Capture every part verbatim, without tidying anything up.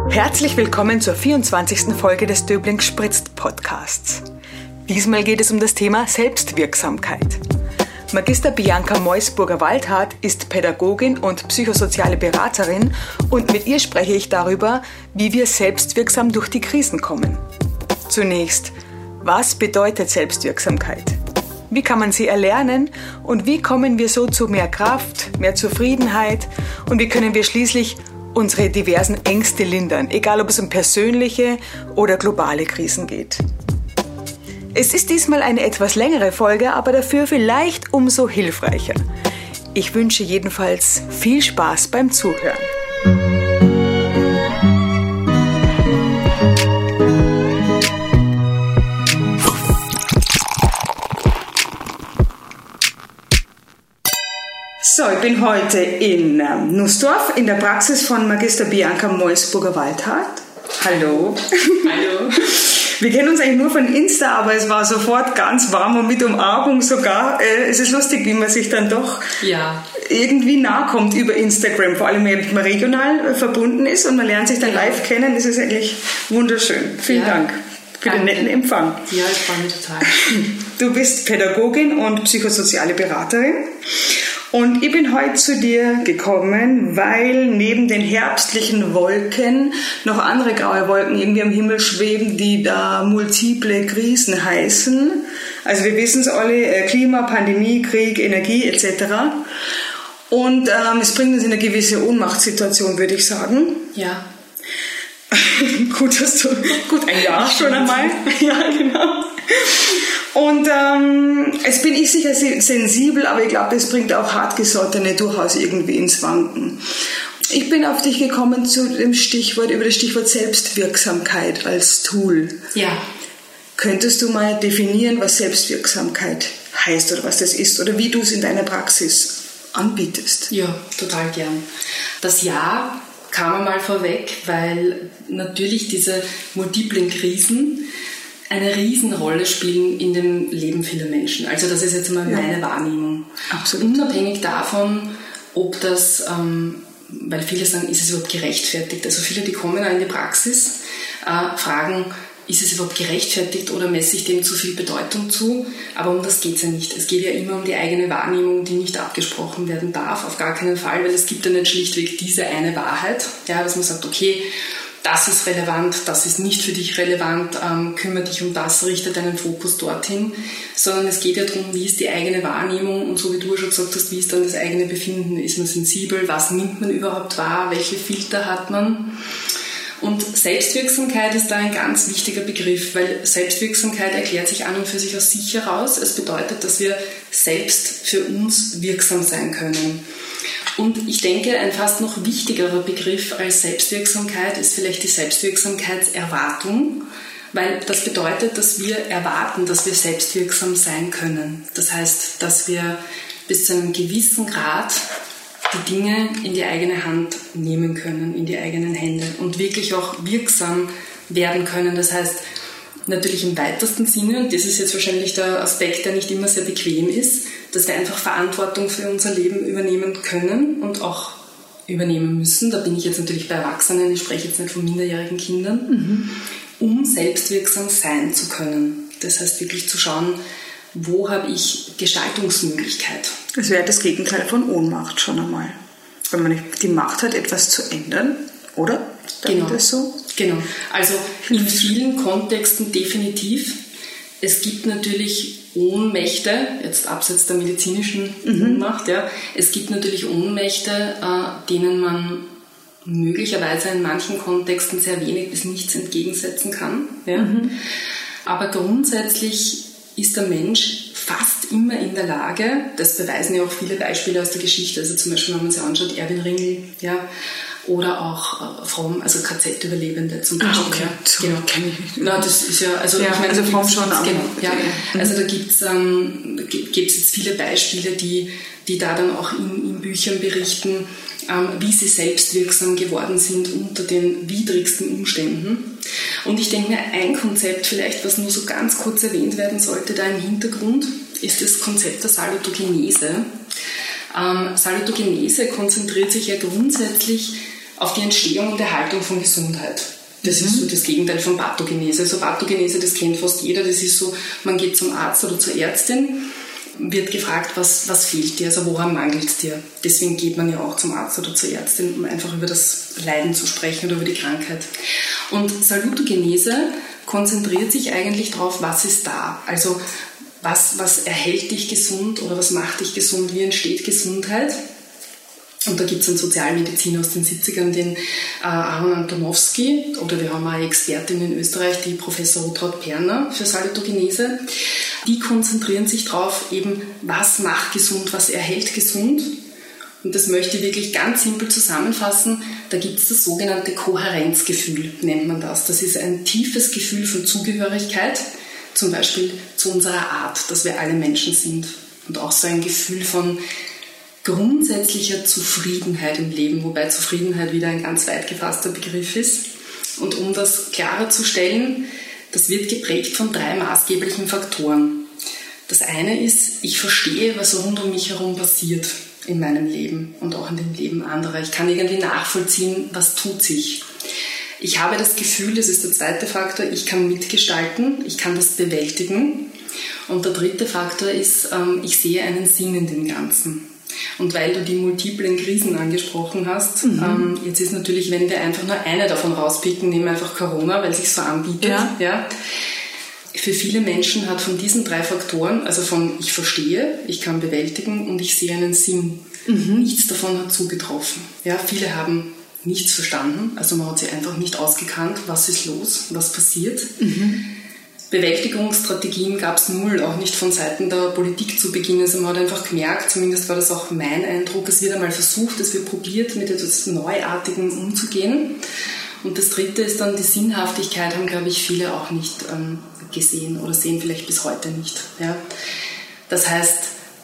Herzlich willkommen zur vierundzwanzigsten Folge des Döbling spritzt Podcasts. Diesmal geht es um das Thema Selbstwirksamkeit. Magister Bianca Meusburger-Waldhardt ist Pädagogin und psychosoziale Beraterin und mit ihr spreche ich darüber, wie wir selbstwirksam durch die Krisen kommen. Zunächst, was bedeutet Selbstwirksamkeit? Wie kann man sie erlernen und wie kommen wir so zu mehr Kraft, mehr Zufriedenheit und wie können wir schließlich unsere diversen Ängste lindern, egal ob es um persönliche oder globale Krisen geht. Es ist diesmal eine etwas längere Folge, aber dafür vielleicht umso hilfreicher. Ich wünsche jedenfalls viel Spaß beim Zuhören. So, ich bin heute in ähm, Nussdorf in der Praxis von Magister Bianca Meusburger-Waldhardt. Hallo. Hallo. Wir kennen uns eigentlich nur von Insta, aber es war sofort ganz warm und mit Umarmung sogar. Äh, es ist lustig, wie man sich dann doch ja. irgendwie nahe kommt über Instagram, vor allem wenn man regional äh, verbunden ist und man lernt sich dann live kennen. Das ist eigentlich wunderschön. Vielen ja. Dank für Danke. Den netten Empfang. Ja, ich freue mich total. Du bist Pädagogin und psychosoziale Beraterin. Und ich bin heute zu dir gekommen, weil neben den herbstlichen Wolken noch andere graue Wolken irgendwie am Himmel schweben, die da multiple Krisen heißen. Also wir wissen es alle, Klima, Pandemie, Krieg, Energie et cetera. Und ähm, es bringt uns in eine gewisse Ohnmachtssituation, würde ich sagen. Ja. Gut, hast du gut ein Jahr schon einmal. Ja, genau. Und ähm, jetzt bin ich sicher sensibel, aber ich glaube, das bringt auch Hartgesottene durchaus irgendwie ins Wanken. Ich bin auf dich gekommen zu dem Stichwort, über das Stichwort Selbstwirksamkeit als Tool. Ja. Könntest du mal definieren, was Selbstwirksamkeit heißt oder was das ist oder wie du es in deiner Praxis anbietest? Ja, total gern. Das Ja kam mal vorweg, weil natürlich diese multiplen Krisen eine Riesenrolle spielen in dem Leben vieler Menschen. Also das ist jetzt mal meine ja. Wahrnehmung. Absolut. Unabhängig davon, ob das, ähm, weil viele sagen, ist es überhaupt gerechtfertigt? Also viele, die kommen in die Praxis, äh, fragen, ist es überhaupt gerechtfertigt oder messe ich dem zu viel Bedeutung zu? Aber um das geht es ja nicht. Es geht ja immer um die eigene Wahrnehmung, die nicht abgesprochen werden darf, auf gar keinen Fall, weil es gibt ja nicht schlichtweg diese eine Wahrheit, ja, dass man sagt, okay, das ist relevant, das ist nicht für dich relevant, ähm, kümmere dich um das, richte deinen Fokus dorthin, sondern es geht ja darum, wie ist die eigene Wahrnehmung und so wie du schon gesagt hast, wie ist dann das eigene Befinden, ist man sensibel, was nimmt man überhaupt wahr, welche Filter hat man? Und Selbstwirksamkeit ist da ein ganz wichtiger Begriff, weil Selbstwirksamkeit erklärt sich an und für sich aus sich heraus. Es bedeutet, dass wir selbst für uns wirksam sein können. Und ich denke, ein fast noch wichtigerer Begriff als Selbstwirksamkeit ist vielleicht die Selbstwirksamkeitserwartung, weil das bedeutet, dass wir erwarten, dass wir selbstwirksam sein können. Das heißt, dass wir bis zu einem gewissen Grad die Dinge in die eigene Hand nehmen können, in die eigenen Hände und wirklich auch wirksam werden können. Das heißt, natürlich im weitesten Sinne, und das ist jetzt wahrscheinlich der Aspekt, der nicht immer sehr bequem ist, dass wir einfach Verantwortung für unser Leben übernehmen können und auch übernehmen müssen. Da bin ich jetzt natürlich bei Erwachsenen, ich spreche jetzt nicht von minderjährigen Kindern, mhm. um selbstwirksam sein zu können. Das heißt wirklich zu schauen, wo habe ich Gestaltungsmöglichkeit. Das wäre das Gegenteil von Ohnmacht schon einmal. Wenn man nicht die Macht hat, etwas zu ändern, oder? Genau. Das so? Genau. Also in vielen Kontexten definitiv. Es gibt natürlich Ohnmächte, jetzt abseits der medizinischen mhm. Ohnmacht, ja. Es gibt natürlich Ohnmächte, äh, denen man möglicherweise in manchen Kontexten sehr wenig bis nichts entgegensetzen kann. Ja. Mhm. Aber grundsätzlich ist der Mensch fast immer in der Lage, das beweisen ja auch viele Beispiele aus der Geschichte, also zum Beispiel, wenn man sich anschaut, Erwin Ringel, ja, oder auch äh, Fromm, also K Z-Überlebende zum Beispiel. Ah, okay. Ja. So, genau. Kenn ich nicht. Na, das ist ja, also, ja, ich meine, also Fromm schon, genau, ja. Mhm. Also da gibt es ähm, jetzt viele Beispiele, die, die da dann auch in, in Büchern berichten, ähm, wie sie selbstwirksam geworden sind unter den widrigsten Umständen. Und ich denke mir, ein Konzept vielleicht, was nur so ganz kurz erwähnt werden sollte, da im Hintergrund, ist das Konzept der Salutogenese. Ähm, Salutogenese konzentriert sich ja grundsätzlich auf die Entstehung und Erhaltung von Gesundheit. Das mhm. ist so das Gegenteil von Pathogenese. Also Pathogenese, das kennt fast jeder, das ist so, man geht zum Arzt oder zur Ärztin, wird gefragt, was, was fehlt dir, also woran mangelt es dir. Deswegen geht man ja auch zum Arzt oder zur Ärztin, um einfach über das Leiden zu sprechen oder über die Krankheit. Und Salutogenese konzentriert sich eigentlich darauf, was ist da. Also was, was erhält dich gesund oder was macht dich gesund, wie entsteht Gesundheit. Und da gibt es einen Sozialmediziner aus den siebzigern, den äh, Aaron Antonowski, oder wir haben auch eine Expertin in Österreich, die Professor Rutraud Perner für Salutogenese. Die konzentrieren sich darauf, eben, was macht gesund, was erhält gesund. Und das möchte ich wirklich ganz simpel zusammenfassen. Da gibt es das sogenannte Kohärenzgefühl, nennt man das. Das ist ein tiefes Gefühl von Zugehörigkeit, zum Beispiel zu unserer Art, dass wir alle Menschen sind. Und auch so ein Gefühl von grundsätzlicher Zufriedenheit im Leben, wobei Zufriedenheit wieder ein ganz weit gefasster Begriff ist. Und um das klarer zu stellen, das wird geprägt von drei maßgeblichen Faktoren. Das eine ist, ich verstehe, was rund um mich herum passiert in meinem Leben und auch in dem Leben anderer. Ich kann irgendwie nachvollziehen, was tut sich. Ich habe das Gefühl, das ist der zweite Faktor, ich kann mitgestalten, ich kann das bewältigen. Und der dritte Faktor ist, ich sehe einen Sinn in dem Ganzen. Und weil du die multiplen Krisen angesprochen hast, mhm. ähm, jetzt ist natürlich, wenn wir einfach nur eine davon rauspicken, nehmen wir einfach Corona, weil es sich so anbietet. Ja. Ja. Für viele Menschen hat von diesen drei Faktoren, also von ich verstehe, ich kann bewältigen und ich sehe einen Sinn, mhm. nichts davon hat zugetroffen. Ja, viele haben nichts verstanden, also man hat sich einfach nicht ausgekannt, was ist los, was passiert. Mhm. Bewältigungsstrategien gab es null, auch nicht von Seiten der Politik zu Beginn. Also man hat einfach gemerkt, zumindest war das auch mein Eindruck, es wird einmal versucht, es wird probiert, mit etwas Neuartigem umzugehen. Und das Dritte ist dann die Sinnhaftigkeit, haben, glaube ich, viele auch nicht ähm, gesehen oder sehen vielleicht bis heute nicht. Ja. Das heißt,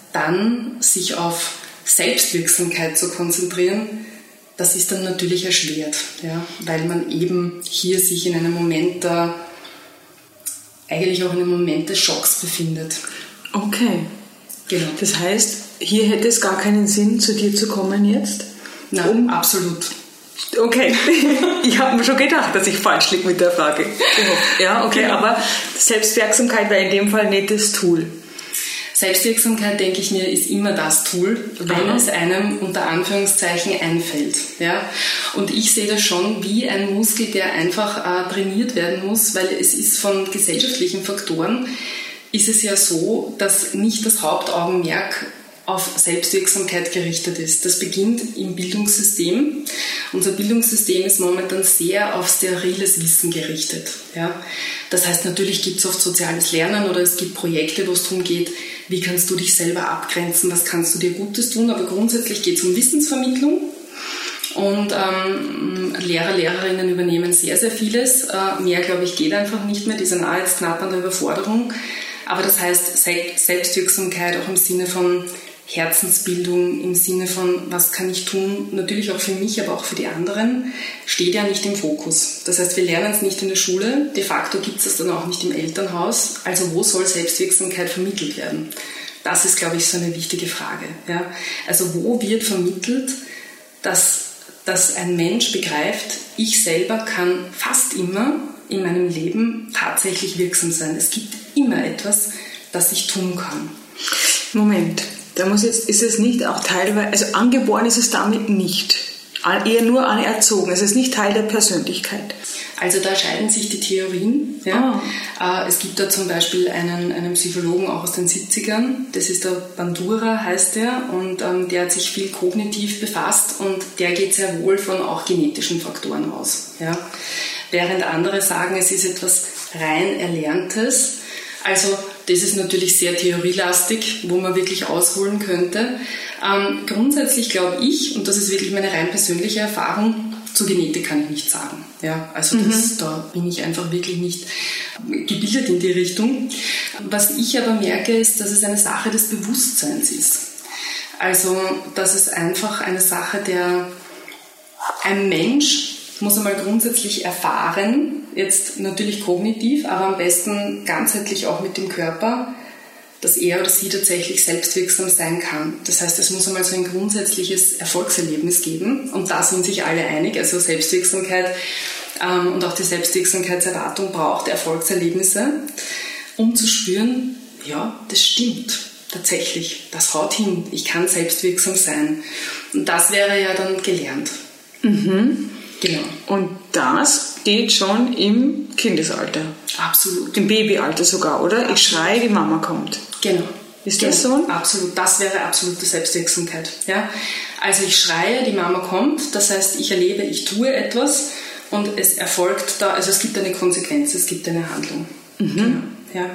dann sich auf Selbstwirksamkeit zu konzentrieren, das ist dann natürlich erschwert, ja, weil man eben hier sich in einem Moment der eigentlich auch in einem Moment des Schocks befindet. Okay. Genau. Das heißt, hier hätte es gar keinen Sinn, zu dir zu kommen jetzt? Nein, um absolut. Okay. Ich habe mir schon gedacht, dass ich falsch liege mit der Frage. Ja, okay, genau. Aber Selbstwirksamkeit wäre in dem Fall nicht das Tool. Selbstwirksamkeit, denke ich mir, ist immer das Tool, wenn Aha. es einem unter Anführungszeichen einfällt. Ja? Und ich sehe das schon wie ein Muskel, der einfach äh, trainiert werden muss, weil es ist von gesellschaftlichen Faktoren, ist es ja so, dass nicht das Hauptaugenmerk auf Selbstwirksamkeit gerichtet ist. Das beginnt im Bildungssystem. Unser Bildungssystem ist momentan sehr auf steriles Wissen gerichtet. Ja? Das heißt, natürlich gibt es oft soziales Lernen oder es gibt Projekte, wo es darum geht, wie kannst du dich selber abgrenzen, was kannst du dir Gutes tun, aber grundsätzlich geht es um Wissensvermittlung. Und ähm, Lehrer, Lehrerinnen übernehmen sehr, sehr vieles. Äh, mehr, glaube ich, geht einfach nicht mehr. Die sind auch jetzt knapp an der Überforderung. Aber das heißt, Selbstwirksamkeit auch im Sinne von Herzensbildung, im Sinne von, was kann ich tun, natürlich auch für mich, aber auch für die anderen, steht ja nicht im Fokus. Das heißt, wir lernen es nicht in der Schule, de facto gibt es das dann auch nicht im Elternhaus. Also wo soll Selbstwirksamkeit vermittelt werden? Das ist, glaube ich, so eine wichtige Frage. Ja? Also wo wird vermittelt, dass, dass ein Mensch begreift, ich selber kann fast immer in meinem Leben tatsächlich wirksam sein. Es gibt immer etwas, das ich tun kann. Moment. Da muss jetzt, ist es nicht auch teilweise, also angeboren ist es damit nicht, eher nur anerzogen, es ist nicht Teil der Persönlichkeit. Also da scheiden sich die Theorien. Ja. Oh. Es gibt da zum Beispiel einen, einen Psychologen auch aus den siebzigern, das ist der Bandura, heißt der, und ähm, der hat sich viel kognitiv befasst und der geht sehr wohl von auch genetischen Faktoren aus. Ja. Während andere sagen, es ist etwas rein Erlerntes. Also das ist natürlich sehr theorielastig, wo man wirklich ausholen könnte. Ähm, grundsätzlich glaube ich, und das ist wirklich meine rein persönliche Erfahrung, zur Genetik kann ich nichts sagen. Ja, also das, mhm. da bin ich einfach wirklich nicht gebildet in die Richtung. Was ich aber merke, ist, dass es eine Sache des Bewusstseins ist. Also, dass es einfach eine Sache der, ein Mensch muss einmal grundsätzlich erfahren, jetzt natürlich kognitiv, aber am besten ganzheitlich auch mit dem Körper, dass er oder sie tatsächlich selbstwirksam sein kann. Das heißt, es muss einmal so ein grundsätzliches Erfolgserlebnis geben und da sind sich alle einig. Also Selbstwirksamkeit ähm, und auch die Selbstwirksamkeitserwartung braucht Erfolgserlebnisse, um zu spüren, ja, das stimmt tatsächlich, das haut hin, ich kann selbstwirksam sein. Und das wäre ja dann gelernt. Mhm. Genau. Und das geht schon im Kindesalter. Absolut. Im Babyalter sogar, oder? Absolut. Ich schreie, die Mama kommt. Genau. Ist das so? Absolut. Das wäre absolute Selbstwirksamkeit. Ja? Also ich schreie, die Mama kommt. Das heißt, ich erlebe, ich tue etwas und es erfolgt da, also es gibt eine Konsequenz, es gibt eine Handlung. Mhm. Genau. Ja.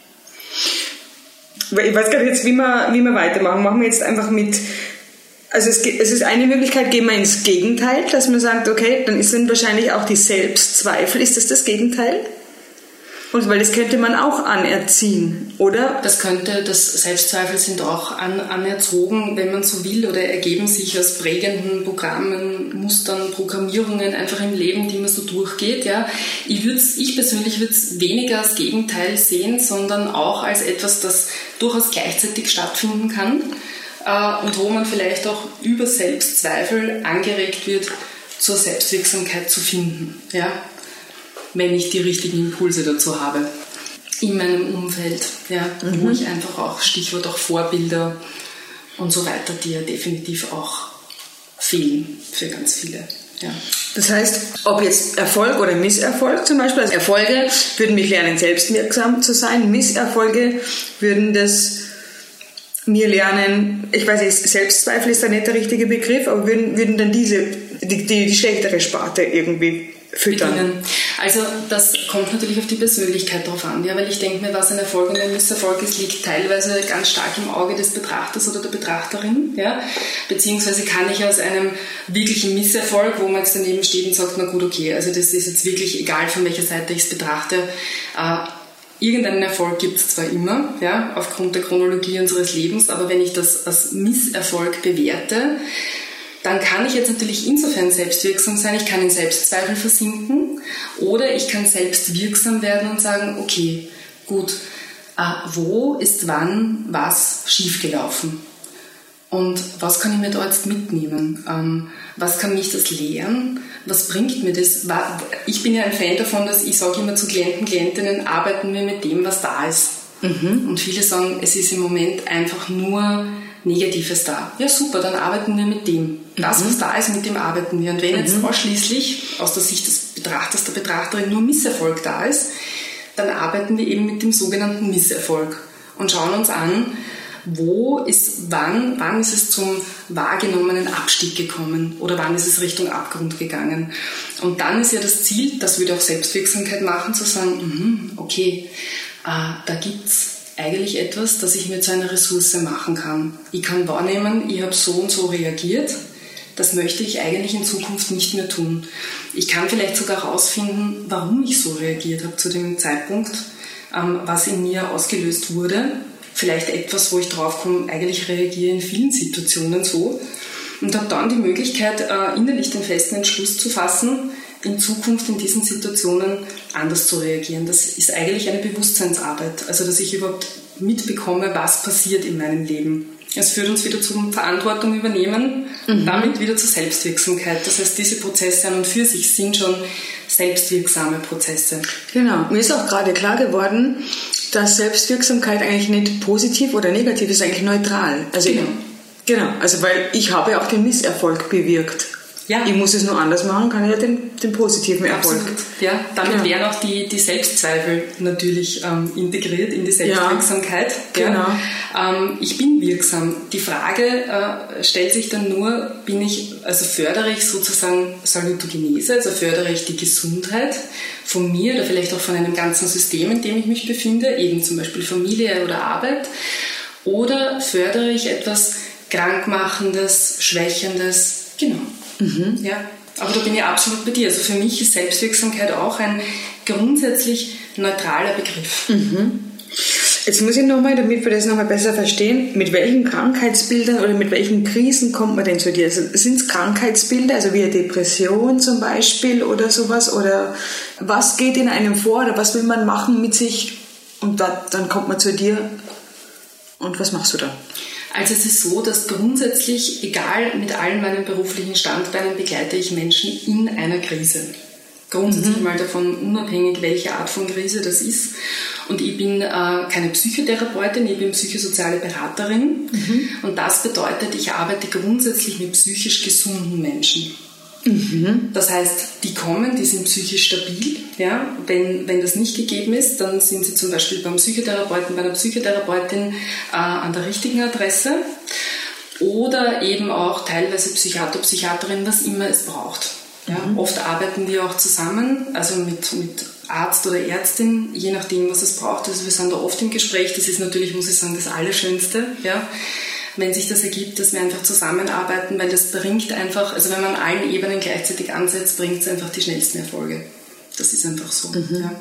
Ich weiß gar nicht jetzt, wie wir, wie wir weitermachen. Machen wir jetzt einfach mit... Also es, es ist eine Möglichkeit, gehen wir ins Gegenteil, dass man sagt, okay, dann sind wahrscheinlich auch die Selbstzweifel. Ist das das Gegenteil? Und weil das könnte man auch anerziehen, oder? Das könnte, das Selbstzweifel sind auch an, anerzogen, wenn man so will, oder ergeben sich aus prägenden Programmen, Mustern, Programmierungen einfach im Leben, die man so durchgeht. Ja. Ich, würd's, ich persönlich würde es weniger als Gegenteil sehen, sondern auch als etwas, das durchaus gleichzeitig stattfinden kann äh, und wo man vielleicht auch über Selbstzweifel angeregt wird, zur Selbstwirksamkeit zu finden. Ja. Wenn ich die richtigen Impulse dazu habe in meinem Umfeld, ja, mhm. wo ich einfach auch, Stichwort auch Vorbilder und so weiter, die ja definitiv auch fehlen für ganz viele. Ja. Das heißt, ob jetzt Erfolg oder Misserfolg zum Beispiel, also Erfolge würden mich lernen, selbstwirksam zu sein, Misserfolge würden das mir lernen, ich weiß nicht, Selbstzweifel ist da nicht der richtige Begriff, aber würden, würden dann diese, die, die, die schlechtere Sparte irgendwie füttern. Bedienen. Also das kommt natürlich auf die Persönlichkeit drauf an, ja, weil ich denke mir, was ein Erfolg und ein Misserfolg ist, liegt teilweise ganz stark im Auge des Betrachters oder der Betrachterin, ja, beziehungsweise kann ich aus einem wirklichen Misserfolg, wo man jetzt daneben steht und sagt, na gut, okay, also das ist jetzt wirklich egal, von welcher Seite ich es betrachte, äh, irgendeinen Erfolg gibt es zwar immer, ja, aufgrund der Chronologie unseres Lebens, aber wenn ich das als Misserfolg bewerte, dann kann ich jetzt natürlich insofern selbstwirksam sein, ich kann in Selbstzweifel versinken oder ich kann selbstwirksam werden und sagen, okay, gut, äh, wo ist wann was schiefgelaufen? Und was kann ich mir da jetzt mitnehmen? Ähm, was kann mich das lehren? Was bringt mir das? Ich bin ja ein Fan davon, dass ich sage immer zu Klienten, Klientinnen, arbeiten wir mit dem, was da ist. Mhm. Und viele sagen, es ist im Moment einfach nur Negatives da. Ja, super, dann arbeiten wir mit dem. Das, mhm. was da ist, mit dem arbeiten wir. Und wenn jetzt mhm. ausschließlich aus der Sicht des Betrachters, der Betrachterin nur Misserfolg da ist, dann arbeiten wir eben mit dem sogenannten Misserfolg und schauen uns an, wo ist, wann, wann ist es zum wahrgenommenen Abstieg gekommen oder wann ist es Richtung Abgrund gegangen. Und dann ist ja das Ziel, das würde auch Selbstwirksamkeit machen, zu sagen, okay, äh, da gibt's eigentlich etwas, das ich mir zu einer Ressource machen kann. Ich kann wahrnehmen, ich habe so und so reagiert, das möchte ich eigentlich in Zukunft nicht mehr tun. Ich kann vielleicht sogar herausfinden, warum ich so reagiert habe zu dem Zeitpunkt, ähm, was in mir ausgelöst wurde. Vielleicht etwas, wo ich drauf komme, eigentlich reagiere in vielen Situationen so und habe dann die Möglichkeit, äh, innerlich den festen Entschluss zu fassen, in Zukunft in diesen Situationen anders zu reagieren. Das ist eigentlich eine Bewusstseinsarbeit, also dass ich überhaupt mitbekomme, was passiert in meinem Leben. Es führt uns wieder zum Verantwortung übernehmen, mhm. damit wieder zur Selbstwirksamkeit. Das heißt, diese Prozesse an und für sich sind schon selbstwirksame Prozesse. Genau. Mir ist auch gerade klar geworden, dass Selbstwirksamkeit eigentlich nicht positiv oder negativ ist, eigentlich neutral. Also genau. Ich, genau. Also weil ich habe auch den Misserfolg bewirkt. Ja. Ich muss es nur anders machen, kann ich ja den, den positiven Erfolg. Absolut. Ja, damit genau. wären auch die, die Selbstzweifel natürlich ähm, integriert in die Selbstwirksamkeit. Ja, genau. Ja. Ähm, ich bin wirksam. Die Frage äh, stellt sich dann nur, bin ich, also fördere ich sozusagen Salutogenese, also fördere ich die Gesundheit von mir oder vielleicht auch von einem ganzen System, in dem ich mich befinde, eben zum Beispiel Familie oder Arbeit, oder fördere ich etwas Krankmachendes, Schwächendes, genau. Mhm. Ja, aber da bin ich absolut bei dir. Also für mich ist Selbstwirksamkeit auch ein grundsätzlich neutraler Begriff. Mhm. Jetzt muss ich nochmal, damit wir das nochmal besser verstehen, mit welchen Krankheitsbildern oder mit welchen Krisen kommt man denn zu dir? Also sind es Krankheitsbilder, also wie eine Depression zum Beispiel oder sowas? Oder was geht in einem vor oder was will man machen mit sich und da, dann kommt man zu dir? Und was machst du da? Also es ist so, dass grundsätzlich, egal mit allen meinen beruflichen Standbeinen, begleite ich Menschen in einer Krise. Grundsätzlich mhm. mal davon unabhängig, welche Art von Krise das ist. Und ich bin äh, keine Psychotherapeutin, ich bin psychosoziale Beraterin. Mhm. Und das bedeutet, ich arbeite grundsätzlich mit psychisch gesunden Menschen. Mhm. Das heißt, die kommen, die sind psychisch stabil. Ja? Wenn, wenn das nicht gegeben ist, dann sind sie zum Beispiel beim Psychotherapeuten, bei einer Psychotherapeutin äh, an der richtigen Adresse. Oder eben auch teilweise Psychiater, Psychiaterin, was immer es braucht. Ja, mhm. Oft arbeiten wir auch zusammen, also mit, mit Arzt oder Ärztin, je nachdem, was es braucht. Also wir sind da oft im Gespräch. Das ist natürlich, muss ich sagen, das Allerschönste, ja, wenn sich das ergibt, dass wir einfach zusammenarbeiten, weil das bringt einfach, also wenn man allen Ebenen gleichzeitig ansetzt, bringt es einfach die schnellsten Erfolge. Das ist einfach so. Mhm. Ja.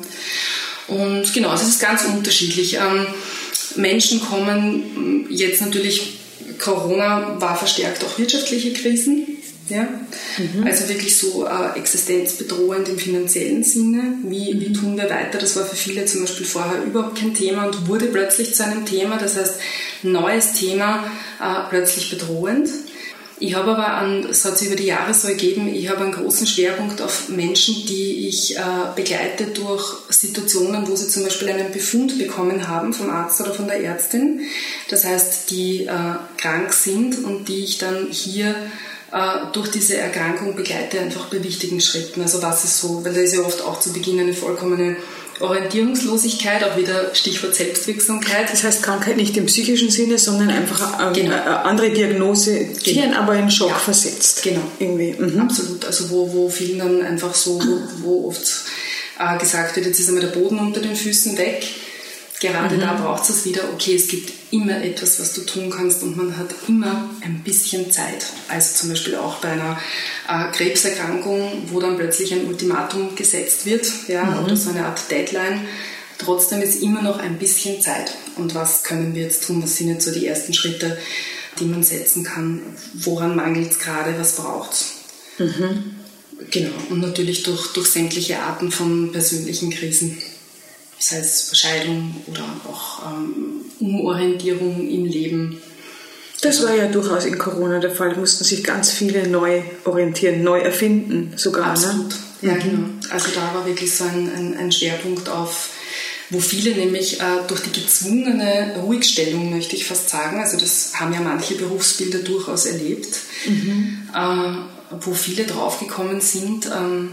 Und genau, das ist ganz unterschiedlich. Ähm, Menschen kommen jetzt natürlich, Corona war verstärkt auch wirtschaftliche Krisen. Ja? Mhm. Also wirklich so äh, existenzbedrohend im finanziellen Sinne. Wie, wie tun wir weiter? Das war für viele zum Beispiel vorher überhaupt kein Thema und wurde plötzlich zu einem Thema. Das heißt, neues Thema, äh, plötzlich bedrohend. Ich habe aber, an, das hat sich über die Jahre so ergeben, ich habe einen großen Schwerpunkt auf Menschen, die ich äh, begleite durch Situationen, wo sie zum Beispiel einen Befund bekommen haben vom Arzt oder von der Ärztin. Das heißt, die äh, krank sind und die ich dann hier durch diese Erkrankung begleite, einfach bei wichtigen Schritten. Also was ist so, weil da ist ja oft auch zu Beginn eine vollkommene Orientierungslosigkeit, auch wieder Stichwort Selbstwirksamkeit. Das heißt Krankheit nicht im psychischen Sinne, sondern einfach eine, genau. eine andere Diagnose, die genau. aber in Schock ja. versetzt. Genau, irgendwie. Mhm. Absolut. Also wo, wo vielen dann einfach so, wo, wo oft äh, gesagt wird, jetzt ist einmal der Boden unter den Füßen weg. Gerade mhm. da braucht es wieder, okay, es gibt immer etwas, was du tun kannst und man hat immer ein bisschen Zeit. Also zum Beispiel auch bei einer äh, Krebserkrankung, wo dann plötzlich ein Ultimatum gesetzt wird, ja, mhm. oder so eine Art Deadline. Trotzdem ist immer noch ein bisschen Zeit. Und was können wir jetzt tun? Was sind jetzt so die ersten Schritte, die man setzen kann? Woran mangelt es gerade? Was braucht es? Mhm. Genau. Und natürlich durch, durch sämtliche Arten von persönlichen Krisen. Sei es Scheidung oder auch ähm, Umorientierung im Leben. Das war ja durchaus in Corona der Fall. Mussten sich ganz viele neu orientieren, neu erfinden sogar. Absolut, ne? Ja, mhm. genau. Also da war wirklich so ein, ein, ein Schwerpunkt auf, wo viele nämlich äh, durch die gezwungene Ruhigstellung, möchte ich fast sagen, also das haben ja manche Berufsbilder durchaus erlebt, mhm. äh, wo viele draufgekommen sind, ähm,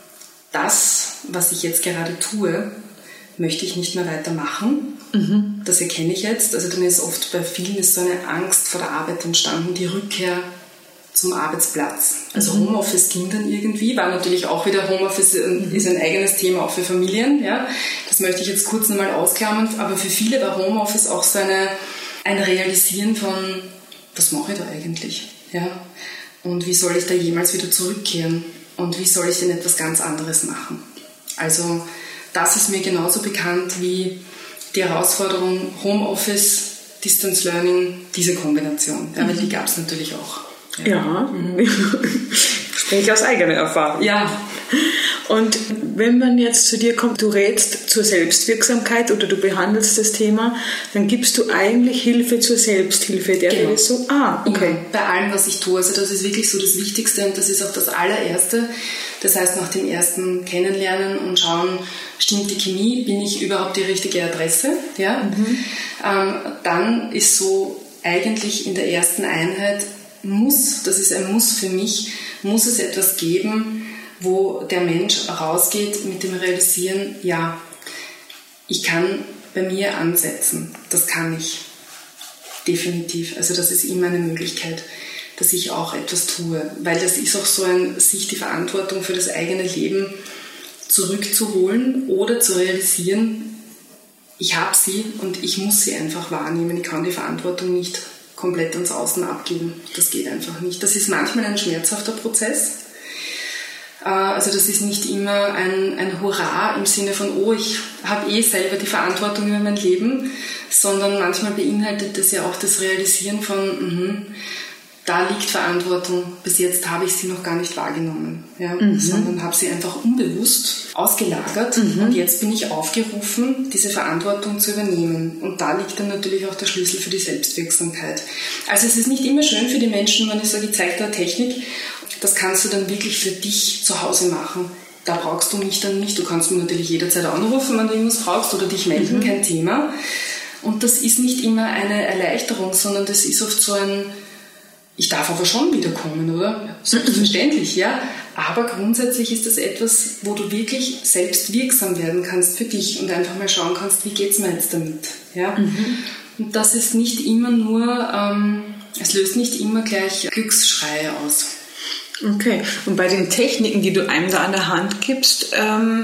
das, was ich jetzt gerade tue, möchte ich nicht mehr weitermachen. Mhm. Das erkenne ich jetzt. Also dann ist oft bei vielen ist so eine Angst vor der Arbeit entstanden, die Rückkehr zum Arbeitsplatz. Also mhm. Homeoffice ging dann irgendwie, war natürlich auch wieder Homeoffice mhm. ist ein eigenes Thema auch für Familien. Ja. Das möchte ich jetzt kurz nochmal ausklammern, aber für viele war Homeoffice auch so eine, ein Realisieren von, was mache ich da eigentlich? Ja. Und wie soll ich da jemals wieder zurückkehren? Und wie soll ich denn etwas ganz anderes machen? Also das ist mir genauso bekannt wie die Herausforderung Homeoffice, Distance Learning, diese Kombination. Ja, weil die gab es natürlich auch. Ja, ja. Mhm. Spreche aus eigener Erfahrung. Ja. Und wenn man jetzt zu dir kommt, du rätst zur Selbstwirksamkeit oder du behandelst das Thema, dann gibst du eigentlich Hilfe zur Selbsthilfe. Der genau. ist so, ah, okay. Ja, bei allem, was ich tue. Also das ist wirklich so das Wichtigste und das ist auch das allererste. Das heißt, nach dem ersten Kennenlernen und schauen, stimmt die Chemie, bin ich überhaupt die richtige Adresse? Ja? Mhm. Ähm, dann ist so eigentlich in der ersten Einheit muss, das ist ein Muss für mich, muss es etwas geben, wo der Mensch rausgeht mit dem Realisieren, ja, ich kann bei mir ansetzen, das kann ich, definitiv. Also das ist immer eine Möglichkeit, dass ich auch etwas tue, weil das ist auch so ein, sich die Verantwortung für das eigene Leben zurückzuholen oder zu realisieren, ich habe sie und ich muss sie einfach wahrnehmen, ich kann die Verantwortung nicht komplett ans Außen abgeben, das geht einfach nicht. Das ist manchmal ein schmerzhafter Prozess. Also das ist nicht immer ein, ein Hurra im Sinne von, oh, ich habe eh selber die Verantwortung über mein Leben, sondern manchmal beinhaltet das ja auch das Realisieren von, mh, da liegt Verantwortung, bis jetzt habe ich sie noch gar nicht wahrgenommen, ja, mhm. sondern habe sie einfach unbewusst ausgelagert mhm. und jetzt bin ich aufgerufen, diese Verantwortung zu übernehmen. Und da liegt dann natürlich auch der Schlüssel für die Selbstwirksamkeit. Also es ist nicht immer schön für die Menschen, wenn ich sage, ich zeige da eine Technik, das kannst du dann wirklich für dich zu Hause machen. Da brauchst du mich dann nicht, du kannst mir natürlich jederzeit anrufen, wenn du irgendwas brauchst oder dich melden, mhm. kein Thema. Und das ist nicht immer eine Erleichterung, sondern das ist oft so ein, ich darf aber schon wiederkommen, oder? Selbstverständlich, ja. Aber grundsätzlich ist das etwas, wo du wirklich selbst wirksam werden kannst für dich und einfach mal schauen kannst, wie geht's mir jetzt damit, ja. Mhm. Und das ist nicht immer nur, ähm, es löst nicht immer gleich Glücksschreie aus. Okay, und bei den Techniken, die du einem da an der Hand gibst, ähm,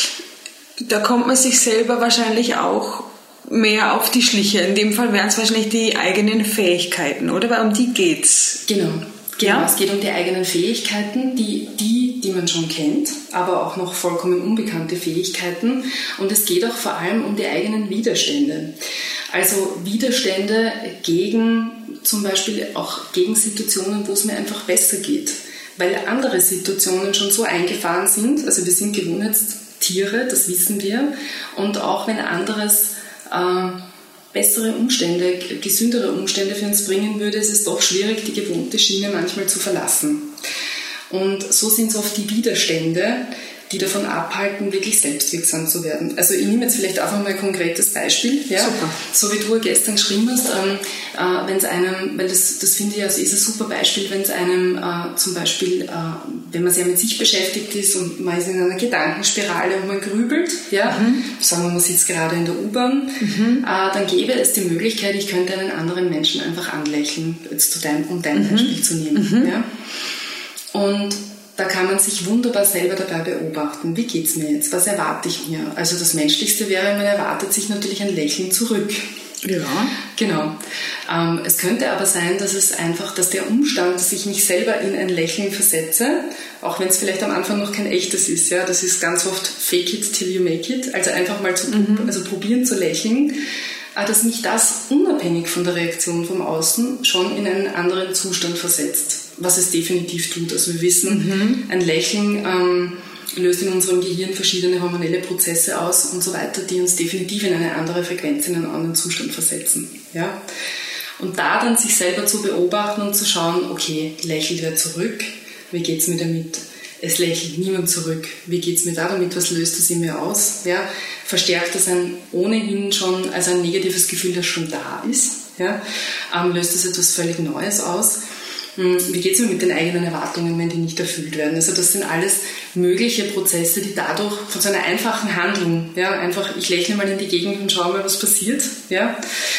da kommt man sich selber wahrscheinlich auch mehr auf die Schliche. In dem Fall wären es wahrscheinlich die eigenen Fähigkeiten, oder? Weil um die geht's. Genau. Genau, ja? Es geht um die eigenen Fähigkeiten, die, die, die man schon kennt, aber auch noch vollkommen unbekannte Fähigkeiten. Und es geht auch vor allem um die eigenen Widerstände. Also Widerstände gegen, zum Beispiel auch gegen Situationen, wo es mir einfach besser geht. Weil andere Situationen schon so eingefahren sind, also wir sind Gewohnheitstiere, das wissen wir. Und auch wenn anderes äh, bessere Umstände, gesündere Umstände für uns bringen würde, ist es doch schwierig, die gewohnte Schiene manchmal zu verlassen. Und so sind es oft die Widerstände, die davon abhalten, wirklich selbstwirksam zu werden. Also ich nehme jetzt vielleicht einfach mal ein konkretes Beispiel. Ja? Super. So wie du gestern geschrieben hast, ähm, äh, wenn es einem, weil das, das finde ich also ist ein super Beispiel, wenn es einem äh, zum Beispiel, äh, wenn man sehr mit sich beschäftigt ist und man ist in einer Gedankenspirale und man grübelt, ja? Mhm. Sagen wir, man sitzt gerade in der U-Bahn, mhm. äh, dann gäbe es die Möglichkeit, ich könnte einen anderen Menschen einfach anlächeln, jetzt zu dein, um dein mhm. Beispiel zu nehmen. Mhm. Ja? Und da kann man sich wunderbar selber dabei beobachten. Wie geht's mir jetzt? Was erwarte ich mir? Also das Menschlichste wäre, man erwartet sich natürlich ein Lächeln zurück. Ja. Genau. Ähm, es könnte aber sein, dass es einfach, dass der Umstand, dass ich mich selber in ein Lächeln versetze, auch wenn es vielleicht am Anfang noch kein echtes ist, ja, das ist ganz oft fake it till you make it, also einfach mal zu, mhm. also probieren zu lächeln, dass mich das unabhängig von der Reaktion vom Außen schon in einen anderen Zustand versetzt, was es definitiv tut. Also wir wissen, mhm. ein Lächeln ähm, löst in unserem Gehirn verschiedene hormonelle Prozesse aus und so weiter, die uns definitiv in eine andere Frequenz, in einen anderen Zustand versetzen. Ja? Und da dann sich selber zu beobachten und zu schauen, okay, lächelt wer zurück, wie geht's mir damit? Es lächelt niemand zurück. Wie geht's mir da damit? Was löst das in mir aus? Ja, verstärkt das ein ohnehin schon, also ein negatives Gefühl, das schon da ist? Ja, ähm, löst das etwas völlig Neues aus? Wie geht es mir mit den eigenen Erwartungen, wenn die nicht erfüllt werden? Also das sind alles mögliche Prozesse, die dadurch von so einer einfachen Handlung, ja, einfach ich lächle mal in die Gegend und schaue mal, was passiert, ja,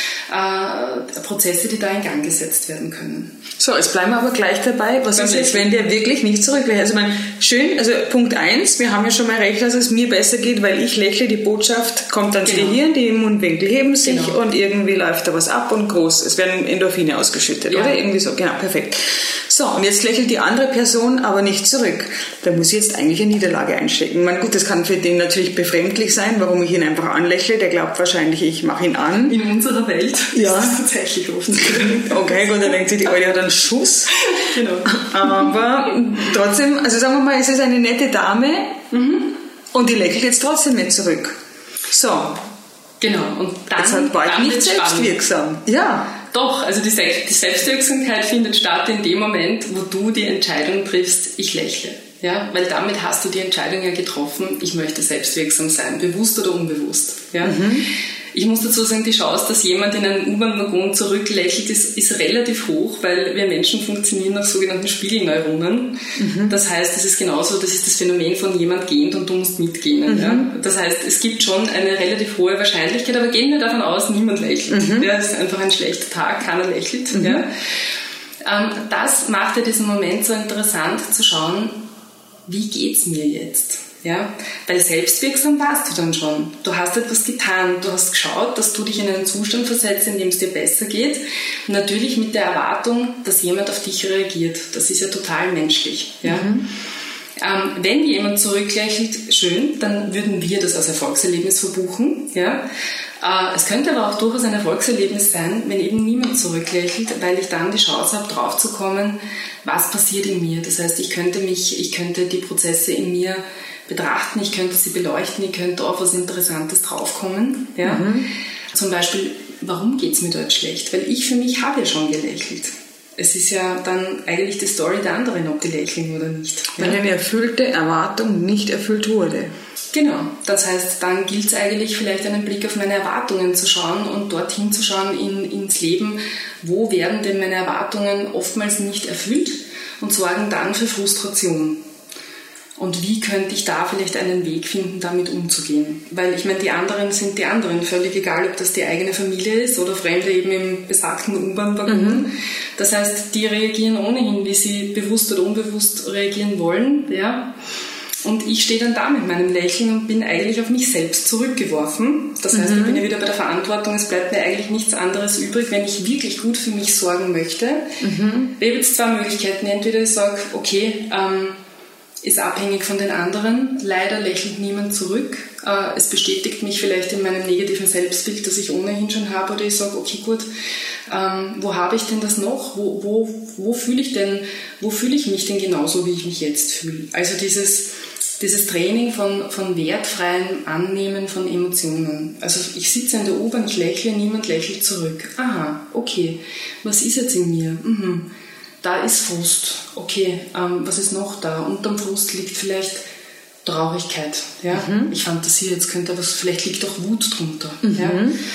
äh, Prozesse, die da in Gang gesetzt werden können. So, jetzt bleiben wir aber gleich dabei. Was ist jetzt, wenn der wirklich nicht zurücklächelt? Also man, schön, also Punkt eins, wir haben ja schon mal recht, dass es mir besser geht, weil ich lächle, die Botschaft kommt ans genau. Gehirn, die Mundwinkel heben sich genau. und irgendwie läuft da was ab und groß. Es werden Endorphine ausgeschüttet, ja. oder? Irgendwie so, genau, perfekt. So, und jetzt lächelt die andere Person aber nicht zurück. Da muss ich jetzt eigentlich eine Niederlage einstecken. Ich meine, gut, das kann für den natürlich befremdlich sein, warum ich ihn einfach anlächle. Der glaubt wahrscheinlich, ich mache ihn an. In unserer Welt ja. ist das tatsächlich oft. Okay, gut, dann denkt sich, die Alte hat einen Schuss. Genau. Aber trotzdem, also sagen wir mal, es ist eine nette Dame mhm. und die lächelt jetzt trotzdem nicht zurück. So. Genau. Und dann, jetzt war ich dann nicht selbstwirksam. Ja. Doch, also die, Selbst- die Selbstwirksamkeit findet statt in dem Moment, wo du die Entscheidung triffst, ich lächle. Ja? Weil damit hast du die Entscheidung ja getroffen, ich möchte selbstwirksam sein, bewusst oder unbewusst. Ja? Mhm. Ich muss dazu sagen, die Chance, dass jemand in einen U-Bahn-Waggon zurücklächelt, ist, ist relativ hoch, weil wir Menschen funktionieren nach sogenannten Spiegelneuronen. Mhm. Das heißt, es ist genauso, das ist das Phänomen von jemand gehend und du musst mitgehen. Mhm. Ja? Das heißt, es gibt schon eine relativ hohe Wahrscheinlichkeit, aber gehen wir davon aus, niemand lächelt. Mhm. Ja, es ist einfach ein schlechter Tag, keiner lächelt. Mhm. Ja? Ähm, das macht ja diesen Moment so interessant zu schauen, wie geht's mir jetzt? Ja, weil selbstwirksam warst du dann schon. Du hast etwas getan, du hast geschaut, dass du dich in einen Zustand versetzt, in dem es dir besser geht. Und natürlich mit der Erwartung, dass jemand auf dich reagiert. Das ist ja total menschlich. Ja? Mhm. Ähm, wenn jemand zurücklächelt, schön, dann würden wir das als Erfolgserlebnis verbuchen. Ja? Äh, es könnte aber auch durchaus ein Erfolgserlebnis sein, wenn eben niemand zurücklächelt, weil ich dann die Chance habe, drauf zu kommen, was passiert in mir. Das heißt, ich könnte mich, ich könnte die Prozesse in mir betrachten, ich könnte sie beleuchten, ich könnte auf was Interessantes draufkommen. Ja? Mhm. Zum Beispiel, warum geht es mir dort schlecht? Weil ich für mich habe ja schon gelächelt. Es ist ja dann eigentlich die Story der anderen, ob die lächeln oder nicht. Weil eine erfüllte Erwartung nicht erfüllt wurde. Genau, das heißt, dann gilt es eigentlich vielleicht einen Blick auf meine Erwartungen zu schauen und dorthin zu schauen in, ins Leben, wo werden denn meine Erwartungen oftmals nicht erfüllt und sorgen dann für Frustration. Und wie könnte ich da vielleicht einen Weg finden, damit umzugehen? Weil ich meine, die anderen sind die anderen, völlig egal, ob das die eigene Familie ist oder Fremde eben im besagten U-Bahn-Waggon. Mhm. Das heißt, die reagieren ohnehin, wie sie bewusst oder unbewusst reagieren wollen. Ja? Und ich stehe dann da mit meinem Lächeln und bin eigentlich auf mich selbst zurückgeworfen. Das heißt, mhm. ich bin ja wieder bei der Verantwortung. Es bleibt mir eigentlich nichts anderes übrig, wenn ich wirklich gut für mich sorgen möchte. Mhm. Ich habe jetzt zwei Möglichkeiten. Entweder ich sage, okay, ähm, ist abhängig von den anderen. Leider lächelt niemand zurück. Äh, es bestätigt mich vielleicht in meinem negativen Selbstbild, das ich ohnehin schon habe. Oder ich sage, okay, gut, ähm, wo habe ich denn das noch? Wo, wo, wo fühle ich denn, wo fühle ich mich denn genauso, wie ich mich jetzt fühle? Also dieses, dieses Training von, von wertfreiem Annehmen von Emotionen. Also ich sitze in der U-Bahn, ich lächle, niemand lächelt zurück. Aha, okay, was ist jetzt in mir? Mhm. Da ist Frust. Okay, ähm, was ist noch da? Unterm Frust liegt vielleicht Traurigkeit. Ja? Mhm. Ich fantasiere, jetzt könnte was, vielleicht liegt auch Wut drunter. Mhm. Ja?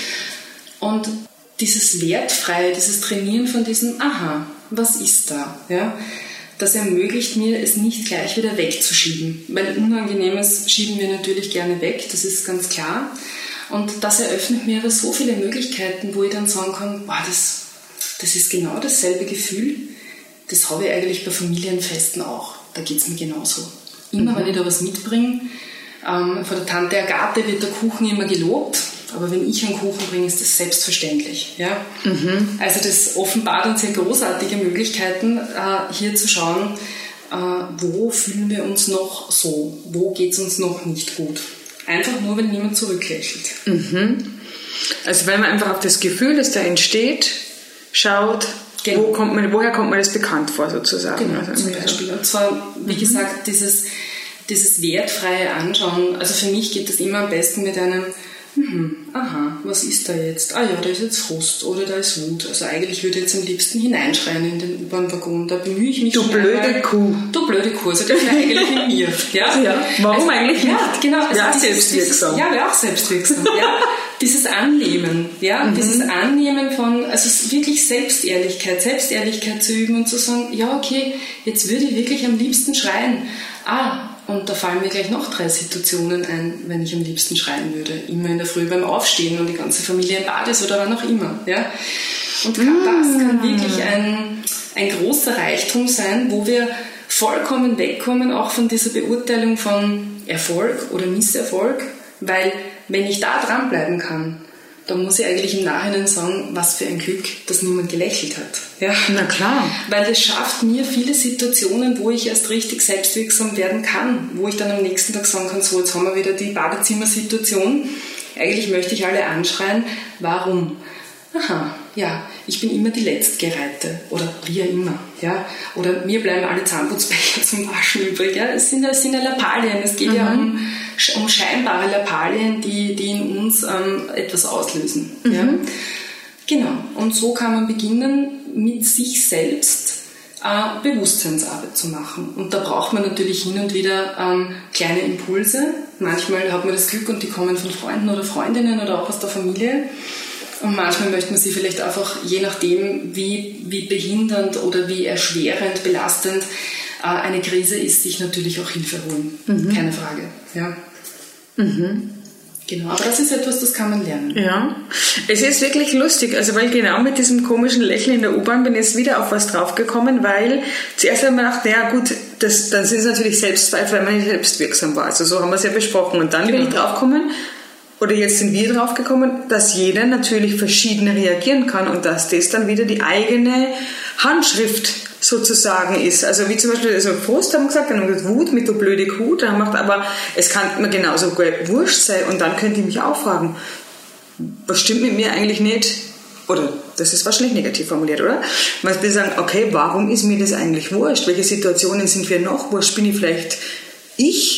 Und dieses Wertfreie, dieses Trainieren von diesem, aha, was ist da? Ja? Das ermöglicht mir, es nicht gleich wieder wegzuschieben. Weil Unangenehmes schieben wir natürlich gerne weg, das ist ganz klar. Und das eröffnet mir aber so viele Möglichkeiten, wo ich dann sagen kann, boah, das, das ist genau dasselbe Gefühl. Das habe ich eigentlich bei Familienfesten auch. Da geht es mir genauso. Immer, mhm. wenn ich da was mitbringe, ähm, von der Tante Agathe wird der Kuchen immer gelobt, aber wenn ich einen Kuchen bringe, ist das selbstverständlich. Ja? Mhm. Also das offenbart uns ja großartige Möglichkeiten, äh, hier zu schauen, äh, wo fühlen wir uns noch so, wo geht es uns noch nicht gut. Einfach nur, wenn niemand zurücklächelt. Mhm. Also wenn man einfach auf das Gefühl, das da entsteht, schaut, genau. Wo kommt man, woher kommt man das bekannt vor, sozusagen? Genau, also zum Beispiel. Und zwar, wie mhm. gesagt, dieses, dieses wertfreie Anschauen. Also für mich geht das immer am besten mit einem, mhm, aha, was ist da jetzt? Ah ja, da ist jetzt Frust oder da ist Wut. Also eigentlich würde ich jetzt am liebsten hineinschreien in den U-Bahn-Waggon. Da bemühe ich mich du schon blöde einmal. Kuh. Du blöde Kuh. Also das ist eigentlich in mir. Ja, ja. Warum also, eigentlich nicht? Ja, genau. Also ja, dieses, selbstwirksam. Dieses, ja, wäre auch selbstwirksam. Ja. Dieses Annehmen, ja, mhm. dieses Annehmen von, also wirklich Selbstehrlichkeit, Selbstehrlichkeit zu üben und zu sagen, ja, okay, jetzt würde ich wirklich am liebsten schreien. Ah, und da fallen mir gleich noch drei Situationen ein, wenn ich am liebsten schreien würde. Immer in der Früh beim Aufstehen und die ganze Familie im Bad ist oder wann auch immer. Ja? Und mm. das kann wirklich ein, ein großer Reichtum sein, wo wir vollkommen wegkommen, auch von dieser Beurteilung von Erfolg oder Misserfolg, weil wenn ich da dranbleiben kann, dann muss ich eigentlich im Nachhinein sagen, was für ein Glück, dass niemand gelächelt hat. Ja? Na klar. Weil das schafft mir viele Situationen, wo ich erst richtig selbstwirksam werden kann, wo ich dann am nächsten Tag sagen kann, so, jetzt haben wir wieder die Badezimmersituation. Eigentlich möchte ich alle anschreien. Warum? Aha, ja, ich bin immer die Letztgereihte oder wie auch immer. Ja? Oder mir bleiben alle Zahnputzbecher zum Waschen übrig. Ja? Es sind ja, es sind ja Lappalien, es geht mhm. ja um, um scheinbare Lappalien, die, die in uns ähm, etwas auslösen. Mhm. Ja? Genau, und so kann man beginnen, mit sich selbst äh, Bewusstseinsarbeit zu machen. Und da braucht man natürlich hin und wieder ähm, kleine Impulse. Manchmal hat man das Glück und die kommen von Freunden oder Freundinnen oder auch aus der Familie. Und manchmal möchte man sie vielleicht einfach, je nachdem, wie, wie behindernd oder wie erschwerend, belastend äh, eine Krise ist, sich natürlich auch Hilfe holen. Mhm. Keine Frage. Ja. Mhm. Genau, aber das ist etwas, das kann man lernen. Ja, es ist wirklich lustig, also weil genau mit diesem komischen Lächeln in der U-Bahn bin ich jetzt wieder auf was draufgekommen, weil zuerst habe ich mir gedacht, naja gut, das, das ist natürlich Selbstzweifel, weil man nicht selbstwirksam war. Also so haben wir es ja besprochen. Und dann genau. bin ich draufgekommen, oder jetzt sind wir draufgekommen, dass jeder natürlich verschieden reagieren kann und dass das dann wieder die eigene Handschrift sozusagen ist. Also wie zum Beispiel, also Frust haben wir gesagt, dann haben wir gesagt, Wut mit der blöde Kuh, dann haben wir gedacht, aber es kann mir genauso wurscht sein und dann könnte ich mich auch fragen, was stimmt mit mir eigentlich nicht? Oder, das ist wahrscheinlich negativ formuliert, oder? Man will sagen, okay, warum ist mir das eigentlich wurscht? Welche Situationen sind wir noch wurscht? Bin ich vielleicht ich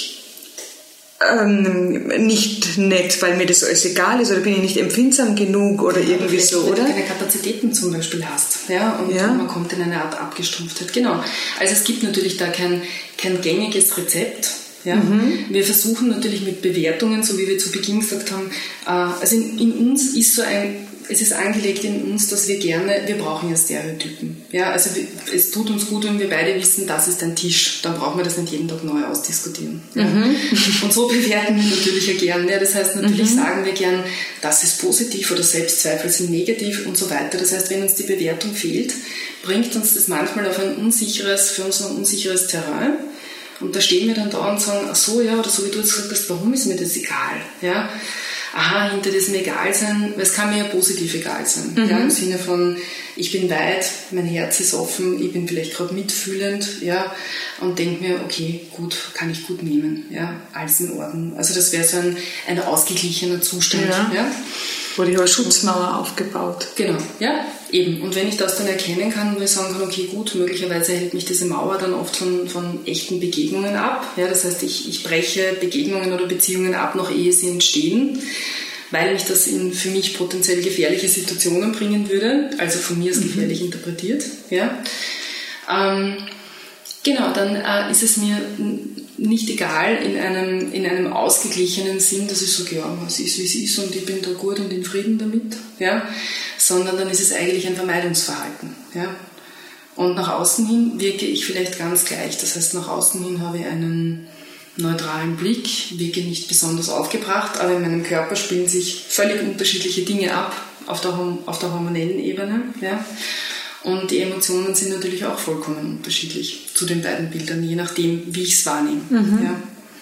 ähm, nicht nett, weil mir das alles egal ist? Oder bin ich nicht empfindsam genug? Oder ja, irgendwie so, oder? Wenn du keine Kapazitäten zum Beispiel hast, ja, und ja. man kommt in eine Art Abgestumpftheit. Genau. Also es gibt natürlich da kein, kein gängiges Rezept. Ja? Mhm. Wir versuchen natürlich mit Bewertungen, so wie wir zu Beginn gesagt haben, äh, also in, in uns ist so ein Es ist angelegt in uns, dass wir gerne, wir brauchen ja Stereotypen. Ja, also es tut uns gut, wenn wir beide wissen, das ist ein Tisch. Dann brauchen wir das nicht jeden Tag neu ausdiskutieren. Ja. Mhm. Und so bewerten wir natürlich ja gern. Ja. Das heißt, natürlich mhm. sagen wir gern, das ist positiv oder Selbstzweifel sind negativ und so weiter. Das heißt, wenn uns die Bewertung fehlt, bringt uns das manchmal auf ein unsicheres, für uns ein unsicheres Terrain. Und da stehen wir dann da und sagen, ach so, ja, oder so wie du jetzt gesagt hast, warum ist mir das egal? Ja. Aha, hinter diesem Egalsein, weil es kann mir ja positiv egal sein. Mhm. Ja, im Sinne von, ich bin weit, mein Herz ist offen, ich bin vielleicht gerade mitfühlend, ja, und denke mir, okay, gut, kann ich gut nehmen, ja, alles in Ordnung. Also das wäre so ein, ein ausgeglichener Zustand. Ja. Ja. Wurde ja eine Schutzmauer aufgebaut. Genau, ja, eben. Und wenn ich das dann erkennen kann, wo ich sagen kann, okay, gut, möglicherweise hält mich diese Mauer dann oft von, von echten Begegnungen ab. Ja, das heißt, ich, ich breche Begegnungen oder Beziehungen ab, noch ehe sie entstehen, weil mich das in für mich potenziell gefährliche Situationen bringen würde. Also von mir ist gefährlich mhm. interpretiert. Ja. Ähm, genau, dann äh, ist es mir nicht egal in einem, in einem ausgeglichenen Sinn, dass ich sage, ja, es ist, wie es ist und ich bin da gut und in Frieden damit, ja, sondern dann ist es eigentlich ein Vermeidungsverhalten, ja. Und nach außen hin wirke ich vielleicht ganz gleich, das heißt, nach außen hin habe ich einen neutralen Blick, wirke nicht besonders aufgebracht, aber in meinem Körper spielen sich völlig unterschiedliche Dinge ab auf der, auf der hormonellen Ebene, ja. Und die Emotionen sind natürlich auch vollkommen unterschiedlich zu den beiden Bildern, je nachdem, wie ich es wahrnehme. Mhm. Ja.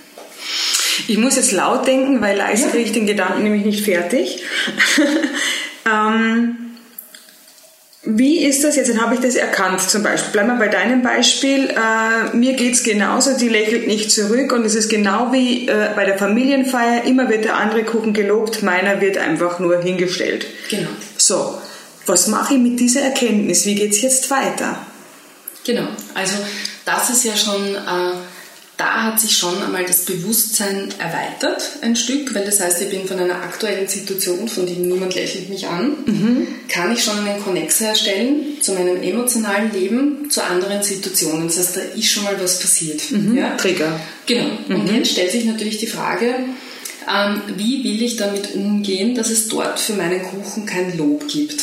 Ich muss jetzt laut denken, weil leise ja. kriege ich den Gedanken nämlich nicht fertig. ähm, wie ist das jetzt? Dann habe ich das erkannt zum Beispiel. Bleiben wir bei deinem Beispiel. Äh, mir geht es genauso, die lächelt nicht zurück und es ist genau wie äh, bei der Familienfeier. Immer wird der andere Kuchen gelobt, meiner wird einfach nur hingestellt. Genau. So. Was mache ich mit dieser Erkenntnis? Wie geht es jetzt weiter? Genau, also das ist ja schon, äh, da hat sich schon einmal das Bewusstsein erweitert ein Stück, weil das heißt, ich bin von einer aktuellen Situation, von der niemand lächelt mich an, mhm. kann ich schon einen Konnex herstellen zu meinem emotionalen Leben, zu anderen Situationen. Das heißt, da ist schon mal was passiert. Mhm. Ja? Trigger. Genau, mhm. und jetzt stellt sich natürlich die Frage, ähm, wie will ich damit umgehen, dass es dort für meinen Kuchen kein Lob gibt?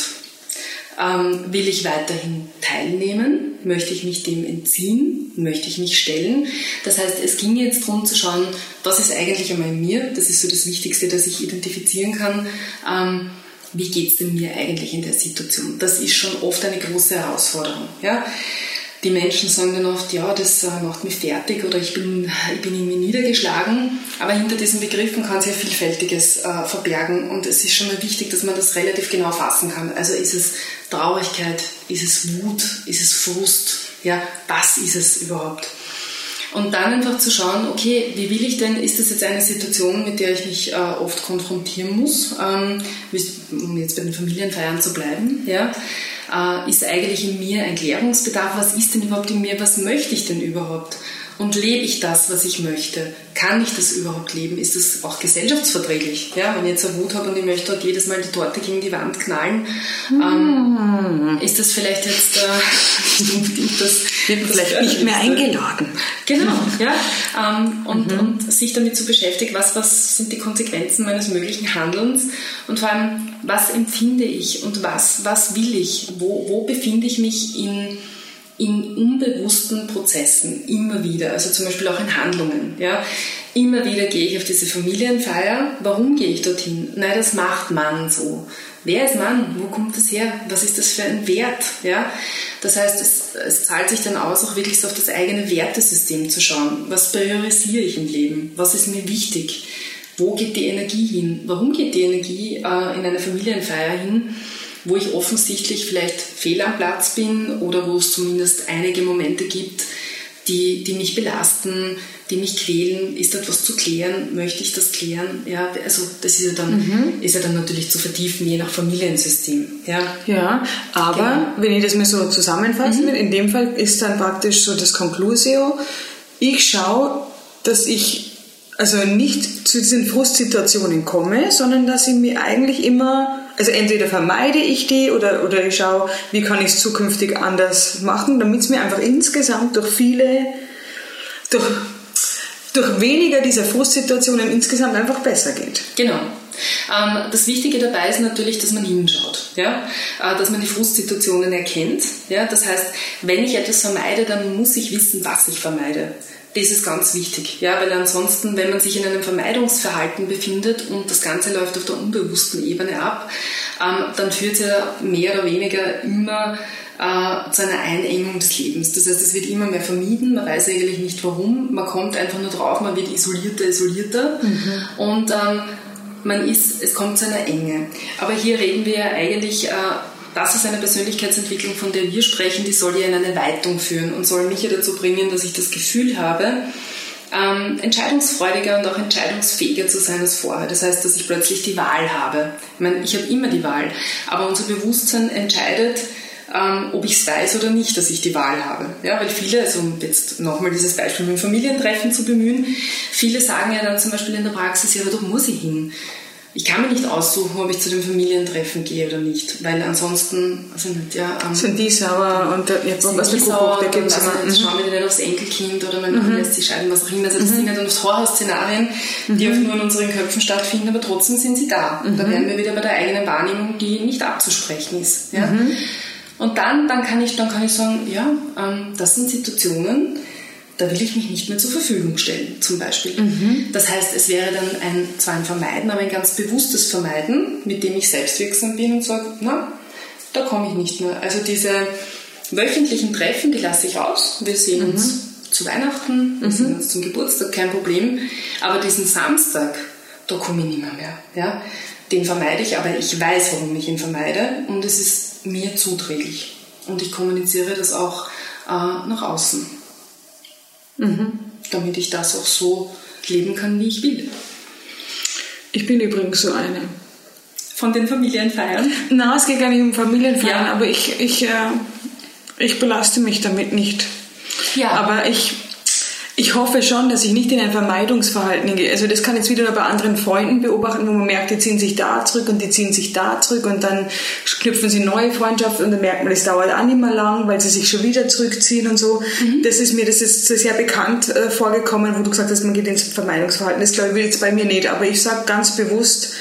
Ähm, will ich weiterhin teilnehmen? Möchte ich mich dem entziehen? Möchte ich mich stellen? Das heißt, es ging jetzt darum zu schauen, was ist eigentlich einmal in mir? Das ist so das Wichtigste, das ich identifizieren kann. Ähm, wie geht es denn mir eigentlich in der Situation? Das ist schon oft eine große Herausforderung. Ja? Die Menschen sagen dann oft, ja, das äh, macht mich fertig oder ich bin, ich bin irgendwie niedergeschlagen. Aber hinter diesen Begriffen kann sich ja Vielfältiges äh, verbergen. Und es ist schon mal wichtig, dass man das relativ genau fassen kann. Also ist es Traurigkeit, ist es Wut, ist es Frust? Ja, was ist es überhaupt? Und dann einfach zu schauen, okay, wie will ich denn, ist das jetzt eine Situation, mit der ich mich äh, oft konfrontieren muss, ähm, um jetzt bei den Familienfeiern zu bleiben, ja? Äh, ist eigentlich in mir ein Klärungsbedarf, was ist denn überhaupt in mir, was möchte ich denn überhaupt? Und lebe ich das, was ich möchte? Kann ich das überhaupt leben? Ist das auch gesellschaftsverträglich? Ja, wenn ich jetzt eine Wut habe und ich möchte dort jedes Mal die Torte gegen die Wand knallen, mm. ähm, ist das vielleicht jetzt äh, nicht unbedingt das... Wird vielleicht nicht mehr eingeladen. Genau, ja. Ähm, und, mhm. und sich damit zu beschäftigen, was, was sind die Konsequenzen meines möglichen Handelns und vor allem, was empfinde ich und was, was will ich? Wo, wo befinde ich mich in... in unbewussten Prozessen, immer wieder, also zum Beispiel auch in Handlungen. Ja. Immer wieder gehe ich auf diese Familienfeier. Warum gehe ich dorthin? Nein, das macht man so. Wer ist Mann? Wo kommt das her? Was ist das für ein Wert? Ja? Das heißt, es, es zahlt sich dann aus, auch wirklich so auf das eigene Wertesystem zu schauen. Was priorisiere ich im Leben? Was ist mir wichtig? Wo geht die Energie hin? Warum geht die Energie äh, in eine Familienfeier hin? wo ich offensichtlich vielleicht fehl am Platz bin oder wo es zumindest einige Momente gibt, die, die mich belasten, die mich quälen. Ist etwas zu klären? Möchte ich das klären? Ja, also das ist ja dann, mhm. ist ja dann natürlich zu vertiefen, je nach Familiensystem. Ja, ja, aber genau. Wenn ich das mal so zusammenfassen will, mhm. in dem Fall ist dann praktisch so das Conclusio, ich schaue, dass ich also nicht zu diesen Frustsituationen komme, sondern dass ich mir eigentlich immer, also entweder vermeide ich die oder, oder ich schaue, wie kann ich es zukünftig anders machen, damit es mir einfach insgesamt durch viele, durch, durch weniger dieser Frustsituationen insgesamt einfach besser geht. Genau. Ähm, das Wichtige dabei ist natürlich, dass man hinschaut, ja? äh, dass man die Frustsituationen erkennt. Ja? Das heißt, wenn ich etwas vermeide, dann muss ich wissen, was ich vermeide. Das ist ganz wichtig, ja, weil ansonsten, wenn man sich in einem Vermeidungsverhalten befindet und das Ganze läuft auf der unbewussten Ebene ab, ähm, dann führt es ja mehr oder weniger immer äh, zu einer Einengung des Lebens. Das heißt, es wird immer mehr vermieden, man weiß eigentlich nicht warum, man kommt einfach nur drauf, man wird isolierter, isolierter mhm. und ähm, man ist, es kommt zu einer Enge. Aber hier reden wir ja eigentlich... Äh, Das ist eine Persönlichkeitsentwicklung, von der wir sprechen, die soll ja in eine Weitung führen und soll mich ja dazu bringen, dass ich das Gefühl habe, ähm, entscheidungsfreudiger und auch entscheidungsfähiger zu sein als vorher. Das heißt, dass ich plötzlich die Wahl habe. Ich meine, ich habe immer die Wahl, aber unser Bewusstsein entscheidet, ähm, ob ich es weiß oder nicht, dass ich die Wahl habe. Ja, weil viele, also um jetzt nochmal dieses Beispiel mit dem Familientreffen zu bemühen, viele sagen ja dann zum Beispiel in der Praxis, ja, aber doch muss ich hin. Ich kann mir nicht aussuchen, ob ich zu dem Familientreffen gehe oder nicht, weil ansonsten, also nicht, ja... Ähm, sind die sauer und der, jetzt was die sauer, da gibt es immer... Jetzt schauen wir nicht aufs Enkelkind oder man mhm. lässt sie scheiden, was auch immer. Also das mhm. sind ja dann oft Horrorszenarien, die mhm. oft nur in unseren Köpfen stattfinden, aber trotzdem sind sie da. Und mhm. da wären wir wieder bei der eigenen Wahrnehmung, die nicht abzusprechen ist. Ja? Mhm. Und dann, dann, kann ich, dann kann ich sagen, ja, ähm, das sind Situationen, da will ich mich nicht mehr zur Verfügung stellen, zum Beispiel. Mhm. Das heißt, es wäre dann ein, zwar ein Vermeiden, aber ein ganz bewusstes Vermeiden, mit dem ich selbstwirksam bin und sage, na, da komme ich nicht mehr. Also diese wöchentlichen Treffen, die lasse ich aus. Wir sehen mhm. uns zu Weihnachten, wir mhm. sehen uns zum Geburtstag, kein Problem. Aber diesen Samstag, da komme ich nicht mehr mehr. Ja? Den vermeide ich, aber ich weiß, warum ich ihn vermeide und es ist mir zuträglich. Und ich kommuniziere das auch äh, nach außen. Mhm. Damit ich das auch so leben kann, wie ich will. Ich bin übrigens so eine. Von den Familienfeiern? Nein, es geht gar nicht um Familienfeiern, ja. aber ich, ich, äh, ich belaste mich damit nicht. Ja. Aber ich, ich hoffe schon, dass ich nicht in ein Vermeidungsverhalten gehe. Also das kann ich jetzt wieder bei anderen Freunden beobachten, wo man merkt, die ziehen sich da zurück und die ziehen sich da zurück und dann knüpfen sie neue Freundschaften und dann merkt man, es dauert auch nicht mehr lang, weil sie sich schon wieder zurückziehen und so. Mhm. Das ist mir, das ist sehr bekannt äh, vorgekommen, wo du gesagt hast, man geht ins Vermeidungsverhalten. Das glaube ich jetzt bei mir nicht, aber ich sage ganz bewusst,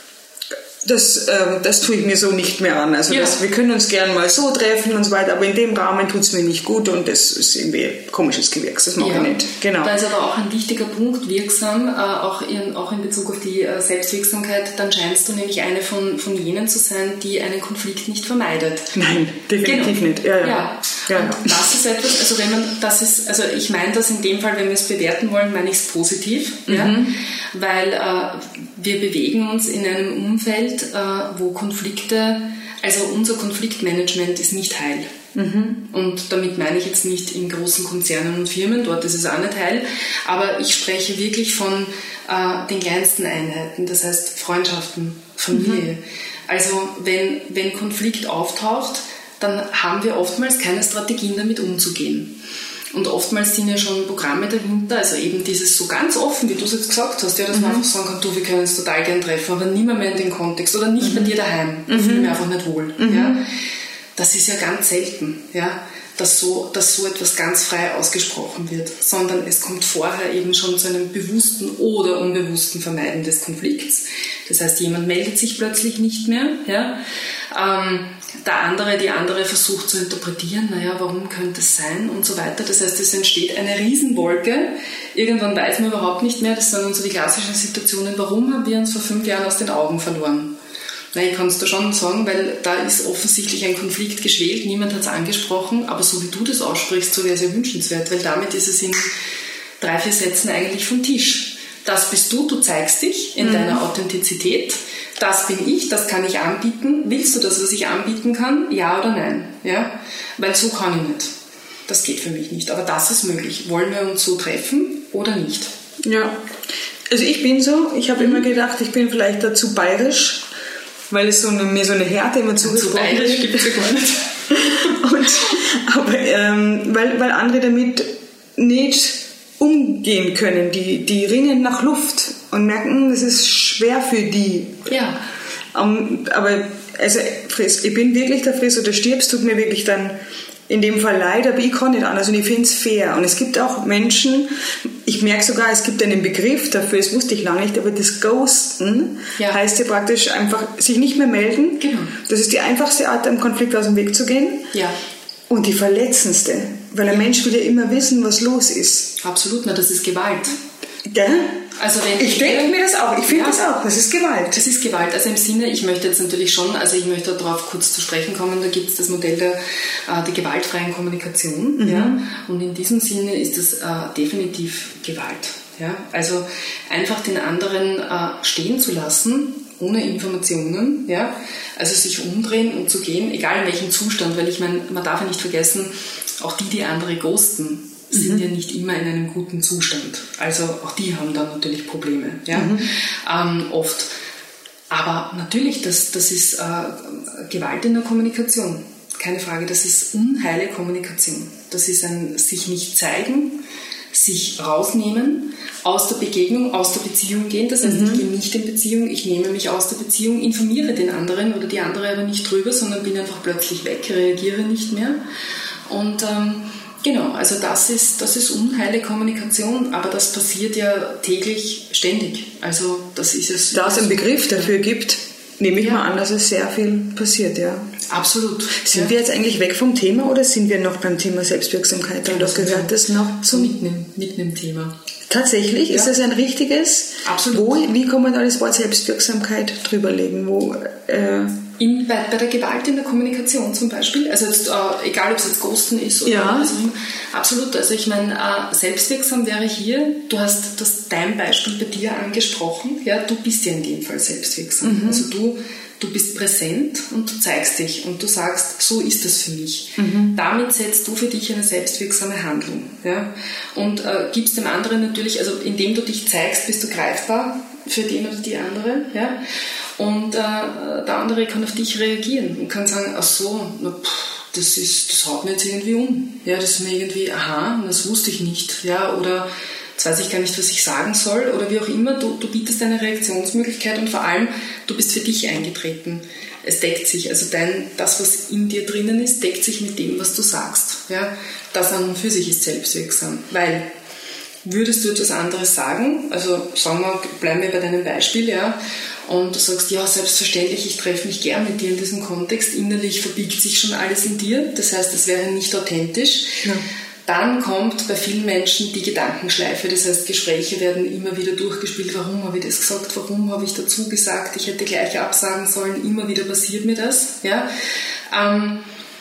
Das, äh, das tue ich mir so nicht mehr an. Also ja. das, wir können uns gerne mal so treffen und so weiter, aber in dem Rahmen tut es mir nicht gut und das ist irgendwie komisches Gewächs, das mache ja. ich nicht. Genau. Da ist aber auch ein wichtiger Punkt wirksam, äh, auch, in, auch in Bezug auf die äh, Selbstwirksamkeit, dann scheinst du nämlich eine von, von jenen zu sein, die einen Konflikt nicht vermeidet. Nein, definitiv genau. nicht. Ja, ja. Ja. Ja. Und das ist etwas, also wenn man, das ist, also ich meine das in dem Fall, wenn wir es bewerten wollen, meine ich es positiv, mhm. ja, weil äh, wir bewegen uns in einem Umfeld, wo Konflikte, also unser Konfliktmanagement ist nicht heil. Mhm. Und damit meine ich jetzt nicht in großen Konzernen und Firmen, dort ist es auch nicht heil, aber ich spreche wirklich von äh, den kleinsten Einheiten, das heißt Freundschaften, Familie. Mhm. Also wenn, wenn Konflikt auftaucht, dann haben wir oftmals keine Strategien damit umzugehen. Und oftmals sind ja schon Programme dahinter, also eben dieses so ganz offen, wie du es jetzt gesagt hast, ja, dass mhm. man einfach sagen kann, du, wir können uns total gern treffen, aber niemand mehr in den Kontext oder nicht mhm. bei dir daheim, da mhm. fühle ich mich einfach nicht wohl. Mhm. Ja. Das ist ja ganz selten, ja, dass, so, dass so etwas ganz frei ausgesprochen wird, sondern es kommt vorher eben schon zu einem bewussten oder unbewussten Vermeiden des Konflikts. Das heißt, jemand meldet sich plötzlich nicht mehr, ja, ähm, der andere, die andere versucht zu interpretieren, naja, warum könnte es sein und so weiter. Das heißt, es entsteht eine Riesenwolke. Irgendwann weiß man überhaupt nicht mehr, das sind dann so die klassischen Situationen, warum haben wir uns vor fünf Jahren aus den Augen verloren? Na, ich kann es da schon sagen, weil da ist offensichtlich ein Konflikt geschwelt, niemand hat es angesprochen, aber so wie du das aussprichst, so wäre es ja wünschenswert, weil damit ist es in drei, vier Sätzen eigentlich vom Tisch. Das bist du, du zeigst dich in mhm. deiner Authentizität. das bin ich, das kann ich anbieten. Willst du das, was ich anbieten kann? Ja oder nein? Ja? Weil so kann ich nicht. Das geht für mich nicht. Aber das ist möglich. Wollen wir uns so treffen oder nicht? Ja, also ich bin so, ich habe mhm. immer gedacht, ich bin vielleicht dazu bayerisch, weil es so eine, mir so eine Härte immer zugesprochen wird. Zu bayerisch gibt es ja gar nicht. Und, aber ähm, weil, weil andere damit nicht umgehen können, die, die ringen nach Luft und merken, das ist schwer für die. Ja. Um, aber also Friss, ich bin wirklich der Friss oder stirbst, tut mir wirklich dann in dem Fall leid, aber ich kann nicht anders und ich finde es fair. Und es gibt auch Menschen, ich merke sogar, es gibt einen Begriff dafür, das wusste ich lange nicht, aber das Ghosten ja. heißt ja praktisch einfach sich nicht mehr melden. Genau. Das ist die einfachste Art, einem Konflikt aus dem Weg zu gehen. Ja. Und die verletzendste, weil ein ja. Mensch will ja immer wissen, was los ist. Absolut, na, das ist Gewalt. Ja? Also wenn ich denke mir das auch, ich finde ja, das auch, das ist Gewalt. Das ist Gewalt, also im Sinne, ich möchte jetzt natürlich schon, also ich möchte darauf kurz zu sprechen kommen, da gibt es das Modell der, äh, der gewaltfreien Kommunikation, mhm. ja, und in diesem Sinne ist das äh, definitiv Gewalt. Ja? Also einfach den anderen äh, stehen zu lassen, ohne Informationen, ja, also sich umdrehen und zu gehen, egal in welchem Zustand, weil ich meine, man darf ja nicht vergessen, auch die, die andere ghosten, sind mhm. ja nicht immer in einem guten Zustand. Also auch die haben dann natürlich Probleme, ja, mhm. ähm, oft. Aber natürlich, das, das ist äh, Gewalt in der Kommunikation, keine Frage, das ist unheile Kommunikation. Das ist ein sich nicht zeigen, sich rausnehmen, aus der Begegnung, aus der Beziehung gehen. Das heißt, mhm. ich gehe nicht in Beziehung, ich nehme mich aus der Beziehung, informiere den anderen oder die andere aber nicht drüber, sondern bin einfach plötzlich weg, reagiere nicht mehr. Und ähm, genau, also das ist, das ist unheile Kommunikation, aber das passiert ja täglich, ständig. Also das ist es. Da es einen Begriff dafür gibt, nehme ich ja. mal an, dass es sehr viel passiert, ja. Absolut. Sind ja. wir jetzt eigentlich weg vom Thema oder sind wir noch beim Thema Selbstwirksamkeit? Ja, und das gehört das noch zum... Mitten im, mitten im Thema. Tatsächlich? Ja. Ist das ein richtiges? Absolut. Wo, wie kann man da das Wort Selbstwirksamkeit drüberlegen? Wo... Äh, In, bei, bei der Gewalt in der Kommunikation zum Beispiel, also jetzt, äh, egal ob es jetzt Ghosten ist oder ja. also, absolut, also ich meine, äh, selbstwirksam wäre hier, du hast das, dein Beispiel bei dir angesprochen, ja, du bist ja in dem Fall selbstwirksam, mhm. also du, du bist präsent und du zeigst dich und du sagst, so ist das für mich. Mhm. Damit setzt du für dich eine selbstwirksame Handlung, ja, und äh, gibst dem anderen natürlich, also indem du dich zeigst, bist du greifbar für den oder die andere, ja. Und äh, der andere kann auf dich reagieren und kann sagen, ach so, na, pff, das, ist, das haut mir jetzt irgendwie um. Ja, das ist mir irgendwie, aha, das wusste ich nicht. Ja, oder jetzt weiß ich gar nicht, was ich sagen soll. Oder wie auch immer, du, du bietest eine Reaktionsmöglichkeit und vor allem, du bist für dich eingetreten. Es deckt sich, also dein, das, was in dir drinnen ist, deckt sich mit dem, was du sagst. Ja, das an und für sich ist selbstwirksam. Weil, würdest du etwas anderes sagen, also sagen wir, bleiben wir bei deinem Beispiel, ja, und du sagst, ja, selbstverständlich, ich treffe mich gern mit dir in diesem Kontext, innerlich verbiegt sich schon alles in dir, das heißt, es wäre nicht authentisch. Ja. Dann kommt bei vielen Menschen die Gedankenschleife, das heißt, Gespräche werden immer wieder durchgespielt, warum habe ich das gesagt, warum habe ich dazu gesagt, ich hätte gleich absagen sollen, immer wieder passiert mir das. Ja. Ähm,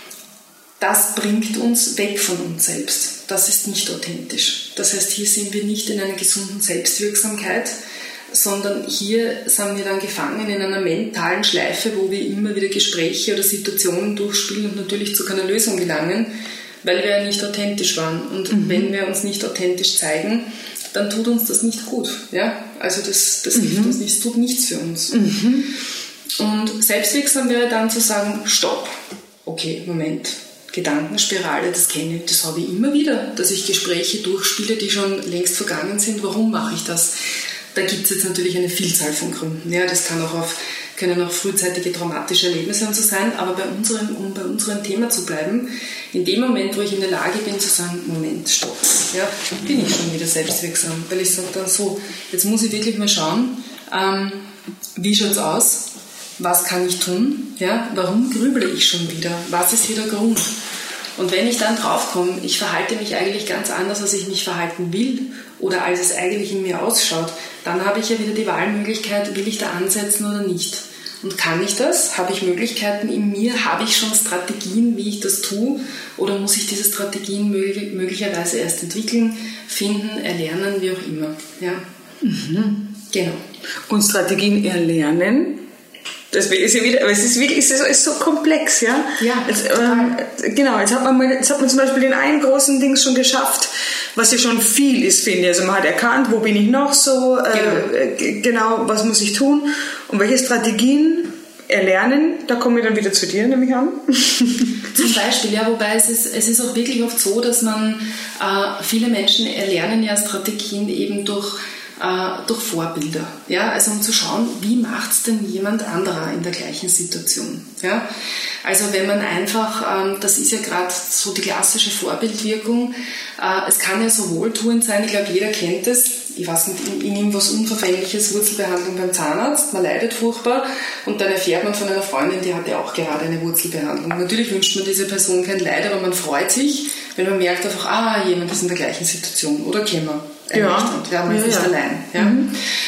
das bringt uns weg von uns selbst, das ist nicht authentisch. Das heißt, hier sind wir nicht in einer gesunden Selbstwirksamkeit, sondern hier sind wir dann gefangen in einer mentalen Schleife, wo wir immer wieder Gespräche oder Situationen durchspielen und natürlich zu keiner Lösung gelangen, weil wir ja nicht authentisch waren. Und mhm. wenn wir uns nicht authentisch zeigen, dann tut uns das nicht gut. Ja? Also das, das mhm. hilft uns nicht, es tut nichts für uns. Mhm. Und selbstwirksam wäre dann zu sagen, stopp, okay, Moment, Gedankenspirale, das kenne ich, das habe ich immer wieder, dass ich Gespräche durchspiele, die schon längst vergangen sind. Warum mache ich das? Da gibt es jetzt natürlich eine Vielzahl von Gründen. Ja, das kann auch auf, können auch frühzeitige traumatische Erlebnisse und so sein, aber bei unserem, um bei unserem Thema zu bleiben, in dem Moment, wo ich in der Lage bin zu sagen, Moment, stopp, ja, bin ich schon wieder selbstwirksam, weil ich sage dann so, jetzt muss ich wirklich mal schauen, ähm, wie schaut es aus, was kann ich tun, ja, warum grüble ich schon wieder, was ist hier der Grund? Und wenn ich dann draufkomme, ich verhalte mich eigentlich ganz anders, als ich mich verhalten will oder als es eigentlich in mir ausschaut, dann habe ich ja wieder die Wahlmöglichkeit, will ich da ansetzen oder nicht. Und kann ich das? Habe ich Möglichkeiten in mir? Habe ich schon Strategien, wie ich das tue? Oder muss ich diese Strategien möglich, möglicherweise erst entwickeln, finden, erlernen, wie auch immer? Ja. Mhm. Genau. Und Strategien erlernen Deswegen ist ja wieder, aber es ist wirklich, es ist alles so komplex, ja. Ja, jetzt, ähm, genau, jetzt hat man mal, jetzt hat man zum Beispiel den einen großen Ding schon geschafft, was ja schon viel ist, finde ich. Also man hat erkannt, wo bin ich noch so, äh, genau. genau, was muss ich tun und welche Strategien erlernen, da komme ich dann wieder zu dir, nehme ich an. Zum Beispiel, ja, wobei es ist, es ist auch wirklich oft so, dass man, äh, viele Menschen erlernen ja Strategien eben durch durch Vorbilder, ja, also um zu schauen, wie macht es denn jemand anderer in der gleichen Situation, ja, also wenn man einfach, ähm, das ist ja gerade so die klassische Vorbildwirkung, äh, es kann ja so wohltuend sein, ich glaube, jeder kennt es, ich weiß nicht, in, in ihm was Unverfängliches, Wurzelbehandlung beim Zahnarzt, man leidet furchtbar und dann erfährt man von einer Freundin, die hatte auch gerade eine Wurzelbehandlung. Natürlich wünscht man dieser Person kein Leid, aber man freut sich, wenn man merkt einfach, ah, jemand ist in der gleichen Situation oder kennen wir. Ja, ja, man ist nicht ja. allein. Ja. Mhm.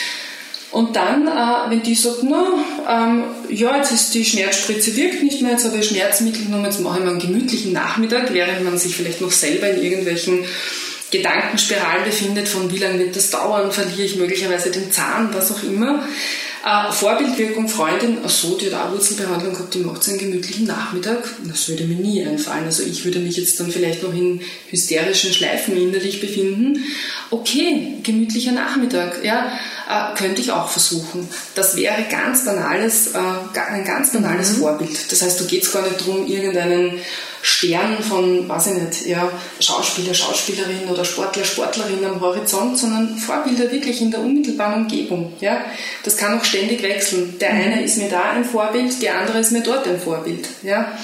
Und dann, äh, wenn die sagt, na, ähm, ja, jetzt ist die Schmerzspritze wirkt nicht mehr, jetzt habe ich Schmerzmittel genommen, jetzt mache ich mal einen gemütlichen Nachmittag, während man sich vielleicht noch selber in irgendwelchen Gedankenspiralen befindet, von wie lange wird das dauern, verliere ich möglicherweise den Zahn, was auch immer. Äh, Vorbildwirkung, Freundin, ach so, die hat auch Wurzelbehandlung gehabt, die macht so einen gemütlichen Nachmittag. Das würde mir nie einfallen. Also ich würde mich jetzt dann vielleicht noch in hysterischen Schleifen innerlich befinden. Okay, gemütlicher Nachmittag, ja, äh, könnte ich auch versuchen. Das wäre ganz banales, äh, ein ganz banales mhm. Vorbild. Das heißt, da geht es gar nicht darum, irgendeinen Stern von, weiß ich nicht, ja, Schauspieler, Schauspielerin oder Sportler, Sportlerin am Horizont, sondern Vorbilder wirklich in der unmittelbaren Umgebung. Ja. Das kann auch ständig wechseln. Der eine ist mir da ein Vorbild, der andere ist mir dort ein Vorbild. Ja.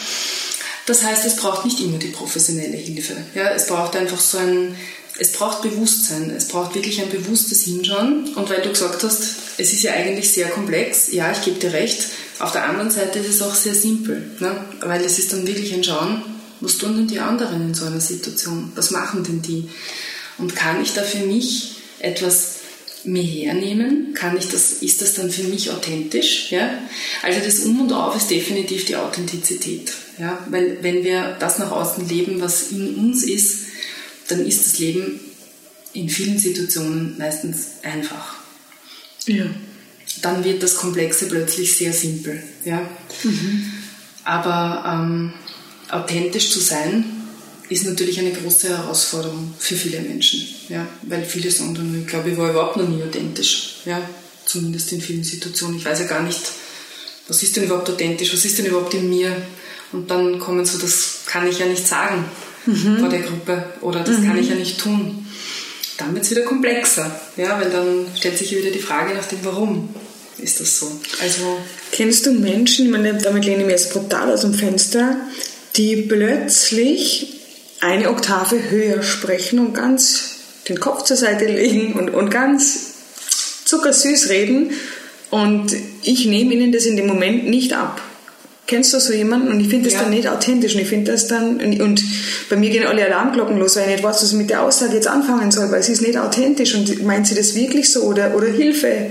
Das heißt, es braucht nicht immer die professionelle Hilfe. Ja. Es braucht einfach so ein, es braucht Bewusstsein, es braucht wirklich ein bewusstes Hinschauen. Und weil du gesagt hast, es ist ja eigentlich sehr komplex, ja, ich gebe dir recht, auf der anderen Seite ist es auch sehr simpel, ne? Weil es ist dann wirklich ein Schauen, was tun denn die anderen in so einer Situation? Was machen denn die? Und kann ich da für mich etwas mir hernehmen? Kann ich das, ist das dann für mich authentisch? Ja? Also das Um und Auf ist definitiv die Authentizität. Ja? Weil wenn wir das nach außen leben, was in uns ist, dann ist das Leben in vielen Situationen meistens einfach. Ja. Dann wird das Komplexe plötzlich sehr simpel. Ja? Mhm. Aber ähm, authentisch zu sein, ist natürlich eine große Herausforderung für viele Menschen. Ja? Weil viele sagen dann, ich glaube, ich war überhaupt noch nie authentisch. Ja? Zumindest in vielen Situationen. Ich weiß ja gar nicht, was ist denn überhaupt authentisch, was ist denn überhaupt in mir? Und dann kommen so, das kann ich ja nicht sagen mhm. vor der Gruppe oder das mhm. kann ich ja nicht tun. Dann wird es wieder komplexer, ja, weil dann stellt sich wieder die Frage nach dem Warum ist das so. Also, kennst du Menschen, ich meine, damit lehne ich mich jetzt brutal aus dem Fenster, die plötzlich eine Oktave höher sprechen und ganz den Kopf zur Seite legen und, und ganz zuckersüß reden und ich nehme ihnen das in dem Moment nicht ab. Kennst du so jemanden? Und ich finde das ja. dann nicht authentisch. Und ich finde das dann, und bei mir gehen alle Alarmglocken los, weil ich nicht weiß, was ich mit der Aussage jetzt anfangen soll, weil sie ist nicht authentisch. Und meint sie das wirklich so? Oder, oder Hilfe?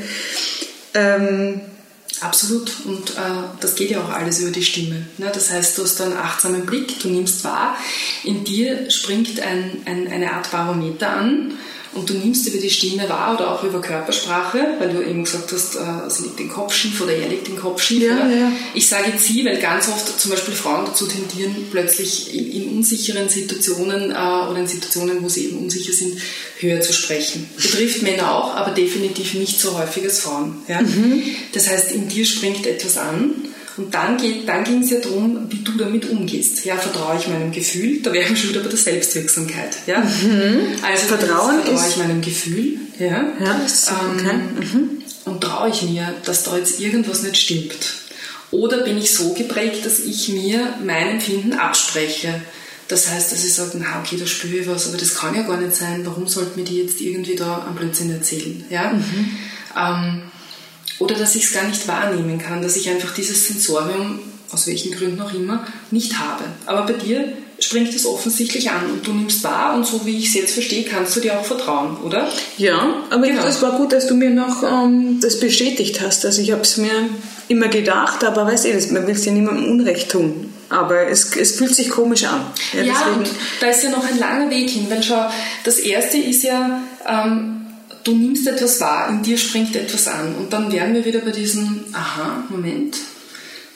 Ähm, Absolut. Und äh, das geht ja auch alles über die Stimme. Ne? Das heißt, du hast einen achtsamen Blick, du nimmst wahr, in dir springt ein, ein, eine Art Barometer an, und du nimmst über die Stimme wahr oder auch über Körpersprache, weil du eben gesagt hast, äh, sie legt den Kopf schief oder er legt den Kopf schief. Ja, ja. Ich sage jetzt sie, weil ganz oft zum Beispiel Frauen dazu tendieren, plötzlich in, in unsicheren Situationen äh, oder in Situationen, wo sie eben unsicher sind, höher zu sprechen. Betrifft Männer auch, aber definitiv nicht so häufig als Frauen. Ja? Mhm. Das heißt, in dir springt etwas an. Und dann, dann ging es ja darum, wie du damit umgehst. Ja, vertraue ich meinem Gefühl? Da wären wir schon wieder bei der Selbstwirksamkeit. Ja? Mhm. Also Vertrauen vertraue ist ich meinem Gefühl? Ja, ja das, okay. ähm, mhm. Und traue ich mir, dass da jetzt irgendwas nicht stimmt? Oder bin ich so geprägt, dass ich mir mein Empfinden abspreche? Das heißt, dass ich sage, na okay, da spüre ich was, aber das kann ja gar nicht sein. Warum sollte mir die jetzt irgendwie da am Blödsinn erzählen? Ja? Mhm. Ähm, Oder dass ich es gar nicht wahrnehmen kann, dass ich einfach dieses Sensorium, aus welchen Gründen auch immer, nicht habe. Aber bei dir springt es offensichtlich an und du nimmst wahr und so wie ich es jetzt verstehe, kannst du dir auch vertrauen, oder? Ja, aber genau. Es war gut, dass du mir noch ähm, das bestätigt hast. Also ich habe es mir immer gedacht, aber weißt du, man will es ja niemandem Unrecht tun. Aber es, es fühlt sich komisch an. Ja, ja und da ist ja noch ein langer Weg hin, weil schau, das Erste ist ja... Ähm, du nimmst etwas wahr, in dir springt etwas an und dann wären wir wieder bei diesem, aha, Moment,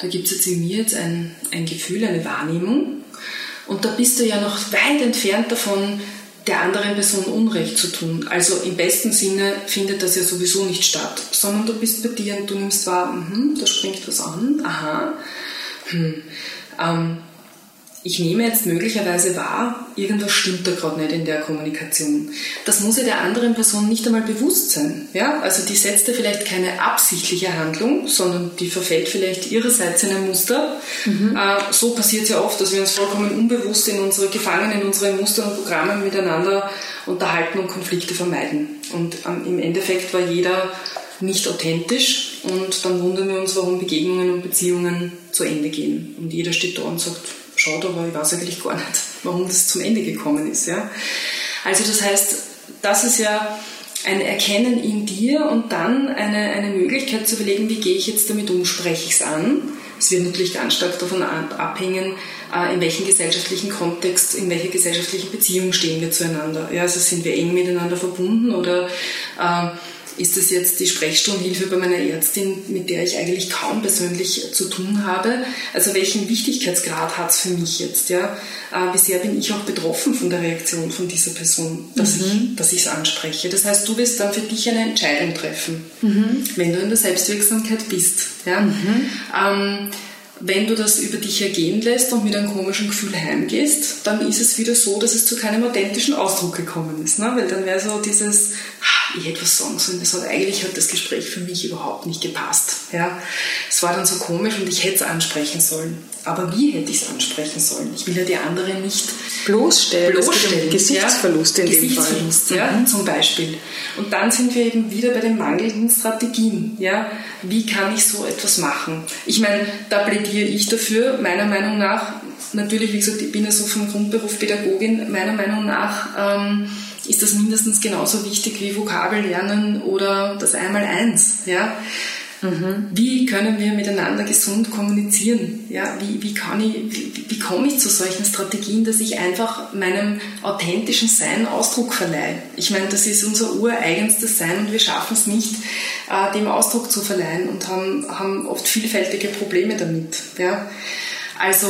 da gibt es jetzt in mir jetzt ein, ein Gefühl, eine Wahrnehmung und da bist du ja noch weit entfernt davon, der anderen Person Unrecht zu tun. Also im besten Sinne findet das ja sowieso nicht statt, sondern du bist bei dir und du nimmst wahr, mh, da springt was an, aha, hm, ähm, ich nehme jetzt möglicherweise wahr, irgendwas stimmt da gerade nicht in der Kommunikation. Das muss ja der anderen Person nicht einmal bewusst sein. Ja? Also die setzt da vielleicht keine absichtliche Handlung, sondern die verfällt vielleicht ihrerseits in ein Muster. Mhm. Äh, so passiert es ja oft, dass wir uns vollkommen unbewusst in unsere Gefangen in unsere Muster und Programme miteinander unterhalten und Konflikte vermeiden. Und ähm, im Endeffekt war jeder nicht authentisch und dann wundern wir uns, warum Begegnungen und Beziehungen zu Ende gehen. Und jeder steht da und sagt, schaut, aber ich weiß eigentlich gar nicht, warum das zum Ende gekommen ist. Ja? Also das heißt, das ist ja ein Erkennen in dir und dann eine, eine Möglichkeit zu überlegen, wie gehe ich jetzt damit um, spreche ich es an. Es wird natürlich ganz stark davon abhängen, in welchem gesellschaftlichen Kontext, in welcher gesellschaftlichen Beziehung stehen wir zueinander. Ja, also sind wir eng miteinander verbunden oder äh, ist das jetzt die Sprechstundenhilfe bei meiner Ärztin, mit der ich eigentlich kaum persönlich zu tun habe? Also welchen Wichtigkeitsgrad hat es für mich jetzt? Ja? Äh, wie sehr bin ich auch betroffen von der Reaktion von dieser Person, dass mhm. ich dass ich es anspreche? Das heißt, du wirst dann für dich eine Entscheidung treffen, mhm. wenn du in der Selbstwirksamkeit bist. Ja? Mhm. Ähm, Wenn du das über dich ergehen lässt und mit einem komischen Gefühl heimgehst, dann ist es wieder so, dass es zu keinem authentischen Ausdruck gekommen ist. Ne? Weil dann wäre so dieses, ich hätte was sagen sollen, das hat eigentlich hat das Gespräch für mich überhaupt nicht gepasst. Ja? Es war dann so komisch und ich hätte es ansprechen sollen. Aber wie hätte ich es ansprechen sollen? Ich will ja die andere nicht bloßstellen. bloßstellen. Gesichtsverlust ja? in Gesichtsverlust, dem Fall. ja? Mhm. Zum Beispiel. Und dann sind wir eben wieder bei den mangelnden Strategien. Ja? Wie kann ich so etwas machen? Ich meine, da plädiere ich dafür, meiner Meinung nach, natürlich, wie gesagt, ich bin ja so vom Grundberuf Pädagogin, meiner Meinung nach ähm, ist das mindestens genauso wichtig wie Vokabellernen oder das Einmaleins. Ja? Mhm. Wie können wir miteinander gesund kommunizieren? Ja, wie, wie, kann ich, wie, wie komme ich zu solchen Strategien, dass ich einfach meinem authentischen Sein Ausdruck verleihe? Ich meine, das ist unser ureigenstes Sein und wir schaffen es nicht, äh, dem Ausdruck zu verleihen und haben, haben oft vielfältige Probleme damit. Ja? Also,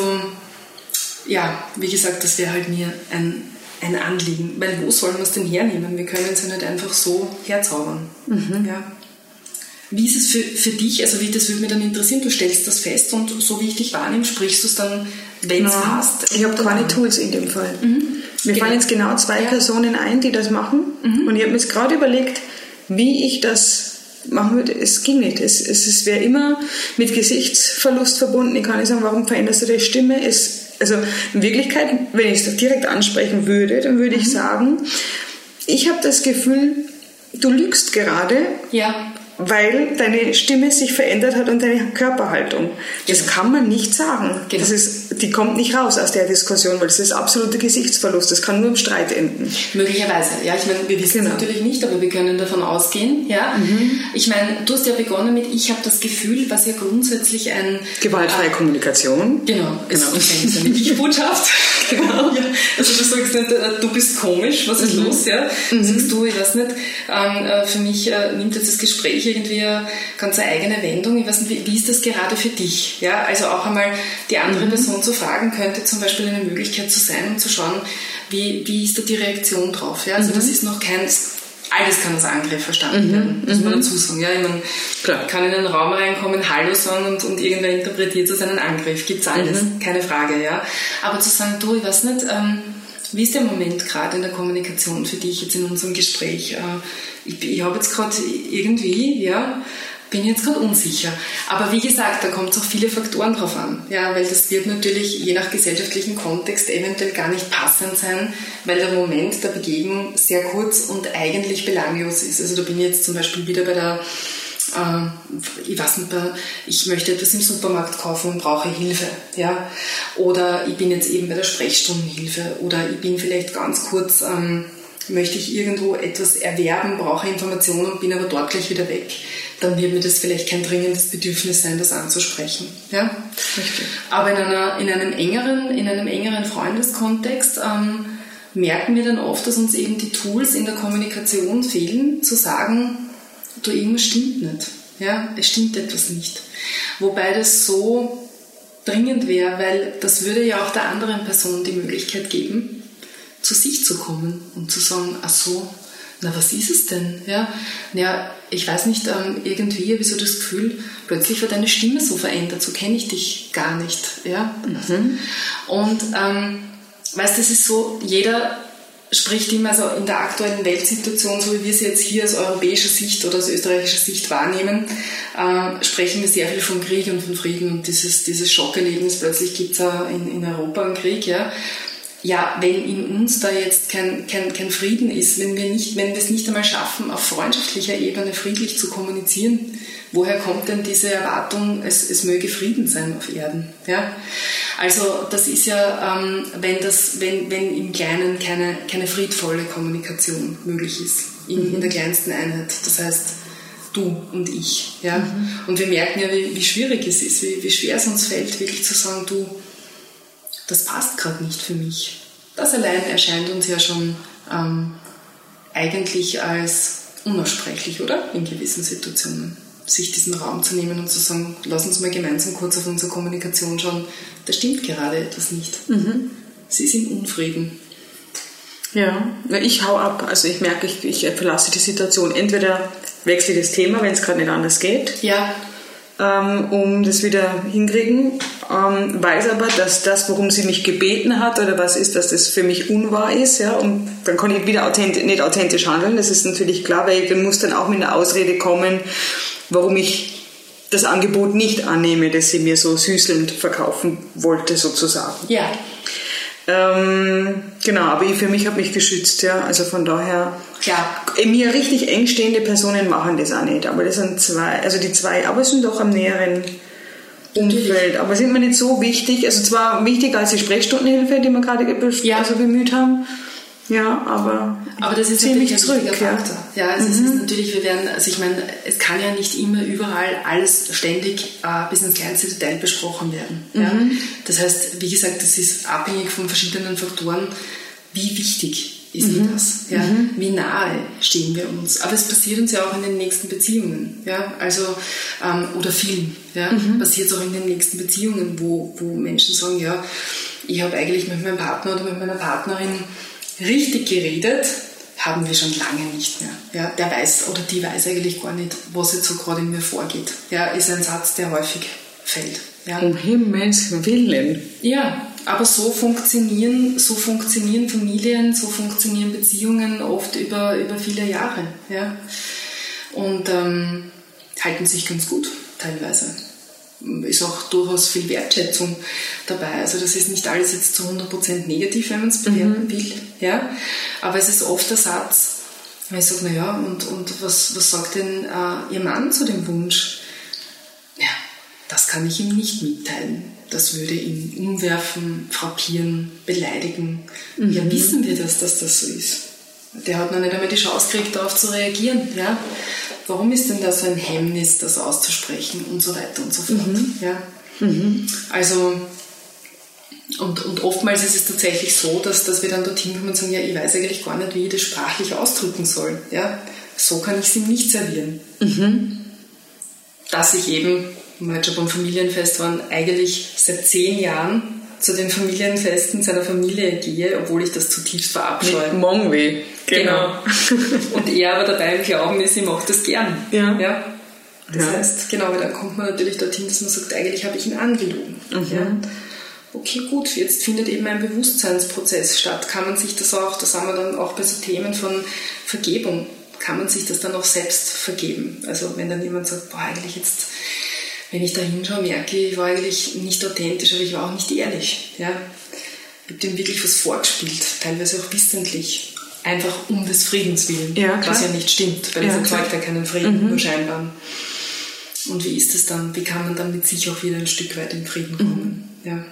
ja, wie gesagt, das wäre halt mir ein, ein Anliegen, weil wo sollen wir es denn hernehmen? Wir können es ja nicht einfach so herzaubern. Mhm. Ja. Wie ist es für, für dich, also wie, das würde mich dann interessieren, du stellst das fest und so wie ich dich wahrnehme, sprichst du es dann, wenn es passt? Ich habe keine Tools in dem Fall. Mhm. Mir genau. fallen jetzt genau zwei ja. Personen ein, die das machen mhm. und ich habe mir jetzt gerade überlegt, wie ich das machen würde. Es ging nicht. Es, es, es wäre immer mit Gesichtsverlust verbunden. Ich kann nicht sagen, warum veränderst du die Stimme? Es, also in Wirklichkeit, wenn ich es direkt ansprechen würde, dann würde mhm. ich sagen, ich habe das Gefühl, du lügst gerade. Ja. Weil deine Stimme sich verändert hat und deine Körperhaltung. Das genau. kann man nicht sagen. Genau. Das ist, die kommt nicht raus aus der Diskussion, weil das ist absoluter Gesichtsverlust. Das kann nur im Streit enden. Möglicherweise. Ja, ich meine, wir wissen genau. es natürlich nicht, aber wir können davon ausgehen. Ja? Mhm. Ich meine, du hast ja begonnen mit, ich habe das Gefühl, was ja grundsätzlich ein... Gewaltfreie äh, Kommunikation. Genau. Genau. Es ist eine Ich-Botschaft. Genau. Ja. Also du sagst nicht, du bist komisch, was ist mhm. los? Ja? Mhm. Sagst du, ich weiß nicht, ähm, für mich äh, nimmt jetzt das Gespräch irgendwie eine ganz eine eigene Wendung. Ich weiß nicht, wie, wie ist das gerade für dich? Ja, also auch einmal die andere mhm. Person zu fragen, könnte zum Beispiel eine Möglichkeit zu sein, um zu schauen, wie, wie ist da die Reaktion drauf? Ja, also mhm. das ist noch kein, alles kann als Angriff verstanden mhm. werden, muss man dazu sagen. Ja, ich meine, klar, kann in einen Raum reinkommen, Hallo sagen und, und irgendwer interpretiert es als einen Angriff, gibt's alles, mhm. keine Frage. Ja, aber zu sagen, du, ich weiß nicht, ähm, wie ist der Moment gerade in der Kommunikation für dich jetzt in unserem Gespräch? Ich, ich habe jetzt gerade irgendwie, ja, bin jetzt gerade unsicher. Aber wie gesagt, da kommt es auch viele Faktoren drauf an. Ja, weil das wird natürlich je nach gesellschaftlichen Kontext eventuell gar nicht passend sein, weil der Moment der Begegnung sehr kurz und eigentlich belanglos ist. Also da bin ich jetzt zum Beispiel wieder bei der ich weiß nicht, ich möchte etwas im Supermarkt kaufen und brauche Hilfe, ja, oder ich bin jetzt eben bei der Sprechstundenhilfe oder ich bin vielleicht ganz kurz, ähm, möchte ich irgendwo etwas erwerben, brauche Informationen und bin aber dort gleich wieder weg, dann wird mir das vielleicht kein dringendes Bedürfnis sein, das anzusprechen, ja. Richtig. Aber in einer, in einem engeren, in einem engeren Freundeskontext ähm, merken wir dann oft, dass uns eben die Tools in der Kommunikation fehlen, zu sagen, du, irgendwas stimmt nicht. Ja, es stimmt etwas nicht. Wobei das so dringend wäre, weil das würde ja auch der anderen Person die Möglichkeit geben, zu sich zu kommen und zu sagen, ach so, na was ist es denn? Ja, ja ich weiß nicht, ähm, irgendwie habe ich so das Gefühl, plötzlich wird deine Stimme so verändert, so kenne ich dich gar nicht. Ja? Mhm. Und ähm, weißt du, das ist so, jeder spricht immer so in der aktuellen Weltsituation, so wie wir sie jetzt hier aus europäischer Sicht oder aus österreichischer Sicht wahrnehmen, äh, sprechen wir sehr viel von Krieg und von Frieden und dieses, dieses Schockerlebnis, plötzlich gibt es in, in Europa einen Krieg, ja. Ja, wenn in uns da jetzt kein, kein, kein Frieden ist, wenn wir nicht, wenn wir es nicht einmal schaffen, auf freundschaftlicher Ebene friedlich zu kommunizieren, woher kommt denn diese Erwartung, es, es möge Frieden sein auf Erden? Ja? Also das ist ja, ähm, wenn, das, wenn, wenn im Kleinen keine, keine friedvolle Kommunikation möglich ist, in, mhm. in der kleinsten Einheit, das heißt du und ich. Ja? Mhm. Und wir merken ja, wie, wie schwierig es ist, wie, wie schwer es uns fällt, wirklich zu sagen, du, das passt gerade nicht für mich. Das allein erscheint uns ja schon ähm, eigentlich als unaussprechlich, oder? In gewissen Situationen. Sich diesen Raum zu nehmen und zu sagen, lass uns mal gemeinsam kurz auf unsere Kommunikation schauen. Da stimmt gerade etwas nicht. Mhm. Sie ist im Unfrieden. Ja, ich hau ab. Also ich merke, ich, ich verlasse die Situation. Entweder wechsle ich das Thema, wenn es gerade nicht anders geht. Ja. Um das wieder hinkriegen, ähm, weiß aber, dass das, worum sie mich gebeten hat oder was ist, dass das für mich unwahr ist, ja, und dann kann ich wieder authentisch, nicht authentisch handeln, das ist natürlich klar, weil ich dann muss dann auch mit einer Ausrede kommen, warum ich das Angebot nicht annehme, das sie mir so süßelnd verkaufen wollte, sozusagen. Ja. Ähm, genau, aber ich für mich habe mich geschützt, ja, also von daher. Klar. Mir richtig eng stehende Personen machen das auch nicht, aber das sind zwei, also die zwei, aber es sind doch am näheren Umfeld, aber sind mir nicht so wichtig, also zwar wichtiger als die Sprechstundenhilfe, die wir gerade ja. also bemüht haben, ja, aber, aber das ist ziemlich natürlich ein zurück, ja. Faktor. Ja, also mhm. es ist natürlich, wir werden, also ich meine, es kann ja nicht immer überall alles ständig äh, bis ins kleinste Detail besprochen werden. Mhm. Ja? Das heißt, wie gesagt, das ist abhängig von verschiedenen Faktoren, wie wichtig ist mhm. das? Ja? Mhm. Wie nahe stehen wir uns? Aber es passiert uns ja auch in den nächsten Beziehungen, ja, also ähm, oder vielen, ja, mhm. passiert es auch in den nächsten Beziehungen, wo, wo Menschen sagen, ja, ich habe eigentlich mit meinem Partner oder mit meiner Partnerin richtig geredet, haben wir schon lange nicht mehr. Ja, der weiß oder die weiß eigentlich gar nicht, was jetzt so gerade in mir vorgeht. Ja, ist ein Satz, der häufig fällt. Ja. Um Himmels Willen. Ja, aber so funktionieren, so funktionieren Familien, so funktionieren Beziehungen oft über, über viele Jahre. Ja. Und ähm, halten sich ganz gut teilweise. Ist auch durchaus viel Wertschätzung dabei. Also das ist nicht alles jetzt zu hundert Prozent negativ, wenn man es bewerten mhm. will. Ja? Aber es ist oft der Satz, wenn ich sage, naja, und, und was, was sagt denn äh, Ihr Mann zu dem Wunsch? Ja, das kann ich ihm nicht mitteilen. Das würde ihn umwerfen, frappieren, beleidigen. Mhm. Ja, wissen wir das, dass das so ist? Der hat noch nicht einmal die Chance gekriegt, darauf zu reagieren. Ja? Warum ist denn da so ein Hemmnis, das auszusprechen und so weiter und so fort? Mhm. Ja? Mhm. Also, und, und oftmals ist es tatsächlich so, dass, dass wir dann dorthin kommen und sagen, ja, ich weiß eigentlich gar nicht, wie ich das sprachlich ausdrücken soll. Ja? So kann ich es ihm nicht servieren. Mhm. Dass ich eben, wenn wir jetzt schon beim Familienfest waren, eigentlich seit zehn Jahren zu den Familienfesten seiner Familie gehe, obwohl ich das zutiefst verabscheue. Mit Mongweh. Genau. genau. Und er aber dabei im Glauben ist, ich mache das gern. Ja. ja? Das ja. heißt, genau, aber dann kommt man natürlich dorthin, dass man sagt, eigentlich habe ich ihn angelogen. Mhm. Ja? Okay, gut, jetzt findet eben ein Bewusstseinsprozess statt. Kann man sich das auch, das haben wir dann auch bei so Themen von Vergebung, kann man sich das dann auch selbst vergeben? Also wenn dann jemand sagt, boah, eigentlich jetzt, wenn ich da hinschaue, merke ich, ich war eigentlich nicht authentisch, aber ich war auch nicht ehrlich. Ja? Ich habe dem wirklich was vorgespielt, teilweise auch wissentlich. Einfach um des Friedens willen, ja, was ja nicht stimmt, weil ja, es erzeugt ja keinen Frieden, mhm. nur scheinbar. Und wie ist es dann? Wie kann man dann mit sich auch wieder ein Stück weit in Frieden kommen? Mhm. Ja.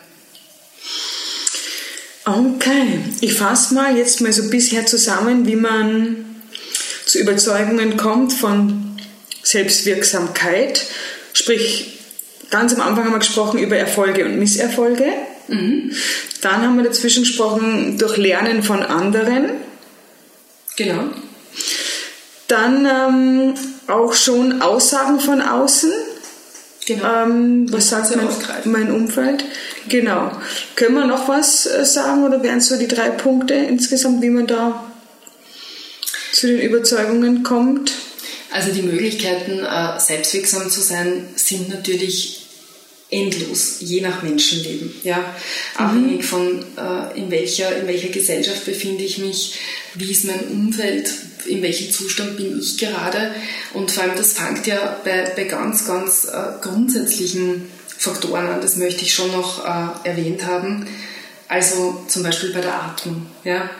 Okay, ich fasse mal jetzt mal so bisher zusammen, wie man zu Überzeugungen kommt von Selbstwirksamkeit. Sprich, ganz am Anfang haben wir gesprochen über Erfolge und Misserfolge. Mhm. Dann haben wir dazwischen gesprochen durch Lernen von anderen. Genau. Dann ähm, auch schon Aussagen von außen. Genau. Ähm, was sagt mein, mein Umfeld? Genau. Können wir noch was äh, sagen oder wären so die drei Punkte insgesamt, wie man da zu den Überzeugungen kommt? Also die Möglichkeiten, äh, selbstwirksam zu sein, sind natürlich endlos, je nach Menschenleben. Ja? Mhm. Abhängig von, äh, in, welcher, in welcher Gesellschaft befinde ich mich, wie ist mein Umfeld, in welchem Zustand bin ich gerade. Und vor allem, das fängt ja bei, bei ganz, ganz äh, grundsätzlichen Faktoren an, das möchte ich schon noch äh, erwähnt haben. Also zum Beispiel bei der Atmung. Ja.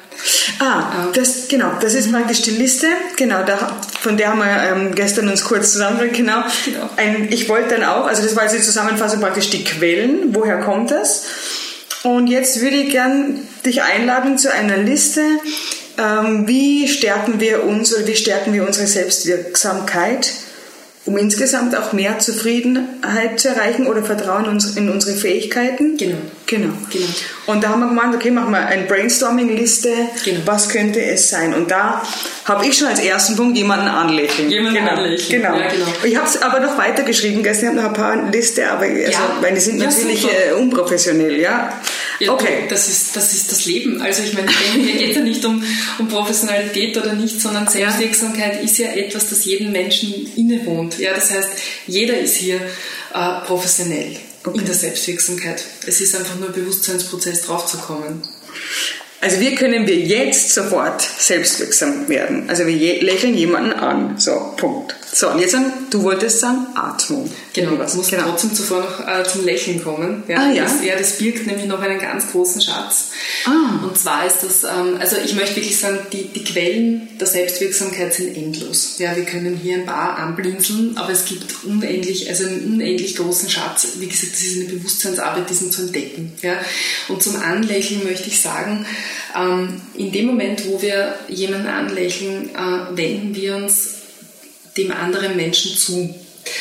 Ah, das, genau, das ist praktisch die Liste. Genau, da, von der haben wir ähm, gestern uns kurz zusammengebracht. Genau. genau. Ein, ich wollte dann auch, also das war jetzt die Zusammenfassung praktisch die Quellen, woher kommt das? Und jetzt würde ich gern dich einladen zu einer Liste, ähm, wie stärken wir uns oder wie stärken wir unsere Selbstwirksamkeit, um insgesamt auch mehr Zufriedenheit zu erreichen oder Vertrauen in unsere Fähigkeiten. Genau. Genau. genau. Und da haben wir gemeint, okay, machen wir eine Brainstorming-Liste, genau. was könnte es sein? Und da habe ich schon als ersten Punkt jemanden anlächeln. Jemanden genau. anlächeln. Genau. Ja, genau. Ich habe es aber noch weitergeschrieben, gestern habe ich noch ein paar Liste, aber also, ja. weil die sind ja, natürlich äh, unprofessionell, ja. Ja, okay. Das ist, das ist das Leben. Also ich meine, hier geht es ja nicht um, um Professionalität oder nicht, sondern Selbstwirksamkeit ist ja etwas, das jedem Menschen innewohnt. Ja, das heißt, jeder ist hier äh, professionell okay. in der Selbstwirksamkeit. Es ist einfach nur ein Bewusstseinsprozess, draufzukommen. Also wie können wir jetzt sofort selbstwirksam werden? Also wir je, lächeln jemanden an. So, Punkt. So, und jetzt sagen, du wolltest sagen Atmung. Genau, du musst genau. trotzdem zuvor noch äh, zum Lächeln kommen. Ja, ah, ja? Das, ja, das birgt nämlich noch einen ganz großen Schatz. Ah. Und zwar ist das, ähm, also ich möchte wirklich sagen, die, die Quellen der Selbstwirksamkeit sind endlos. Ja, wir können hier ein paar anblinzeln, aber es gibt unendlich, also einen unendlich großen Schatz. Wie gesagt, das ist eine Bewusstseinsarbeit, diesen zu entdecken. Ja. Und zum Anlächeln möchte ich sagen, ähm, in dem Moment, wo wir jemanden anlächeln, äh, wenden wir uns dem anderen Menschen zu.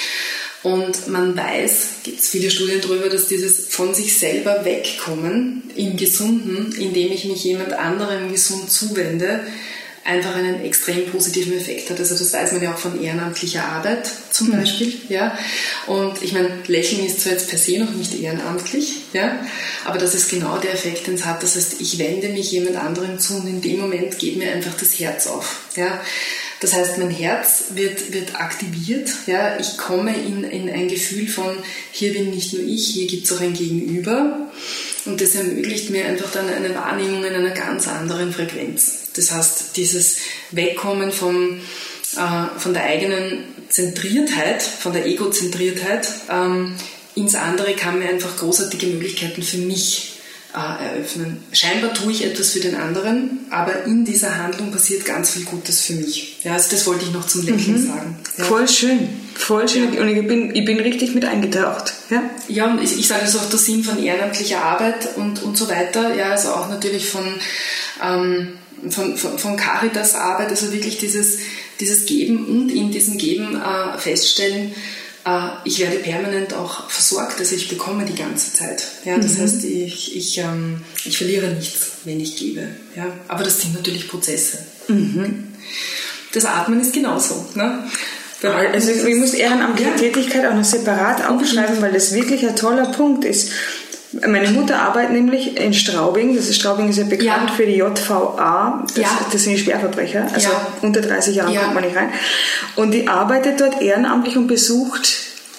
Und man weiß, gibt es viele Studien darüber, dass dieses von sich selber wegkommen im Gesunden, indem ich mich jemand anderem gesund zuwende, einfach einen extrem positiven Effekt hat. Also das weiß man ja auch von ehrenamtlicher Arbeit zum Beispiel. Ja. Und ich meine, Lächeln ist zwar jetzt per se noch nicht ehrenamtlich, ja, aber das ist genau der Effekt, den es hat. Das heißt, ich wende mich jemand anderem zu und in dem Moment geht mir einfach das Herz auf. Ja. Das heißt, mein Herz wird, wird aktiviert. Ja. Ich komme in, in ein Gefühl von, hier bin nicht nur ich, hier gibt es auch ein Gegenüber. Und das ermöglicht mir einfach dann eine Wahrnehmung in einer ganz anderen Frequenz. Das heißt, dieses Wegkommen vom, äh, von der eigenen Zentriertheit, von der Egozentriertheit ähm, ins andere kann mir einfach großartige Möglichkeiten für mich äh, eröffnen. Scheinbar tue ich etwas für den anderen, aber in dieser Handlung passiert ganz viel Gutes für mich. Ja, also das wollte ich noch zum Lächeln mhm. sagen. Ja. Voll schön, voll schön. Ja. Und ich bin, ich bin richtig mit eingetaucht. Ja, ja und ich, ich sage das auch der Sinn von ehrenamtlicher Arbeit und, und so weiter. Ja, also auch natürlich von... Ähm, Von, von, von Caritas-Arbeit, also wirklich dieses, dieses Geben und in diesem Geben äh, feststellen, äh, ich werde permanent auch versorgt, also ich bekomme die ganze Zeit. Ja, das mhm. heißt, ich, ich, ähm, ich verliere nichts, wenn ich gebe. Ja, aber das sind natürlich Prozesse. Mhm. Das Atmen ist genauso. Ne? Also ich muss ehrenamtliche ja. Tätigkeit auch noch separat aufschreiben, weil das wirklich ein toller Punkt ist. Meine Mutter arbeitet nämlich in Straubing. Das ist, Straubing ist ja bekannt ja. für die J V A. Das, ja. das sind die Schwerverbrecher. Also ja. unter dreißig Jahren ja. kommt man nicht rein. Und die arbeitet dort ehrenamtlich und besucht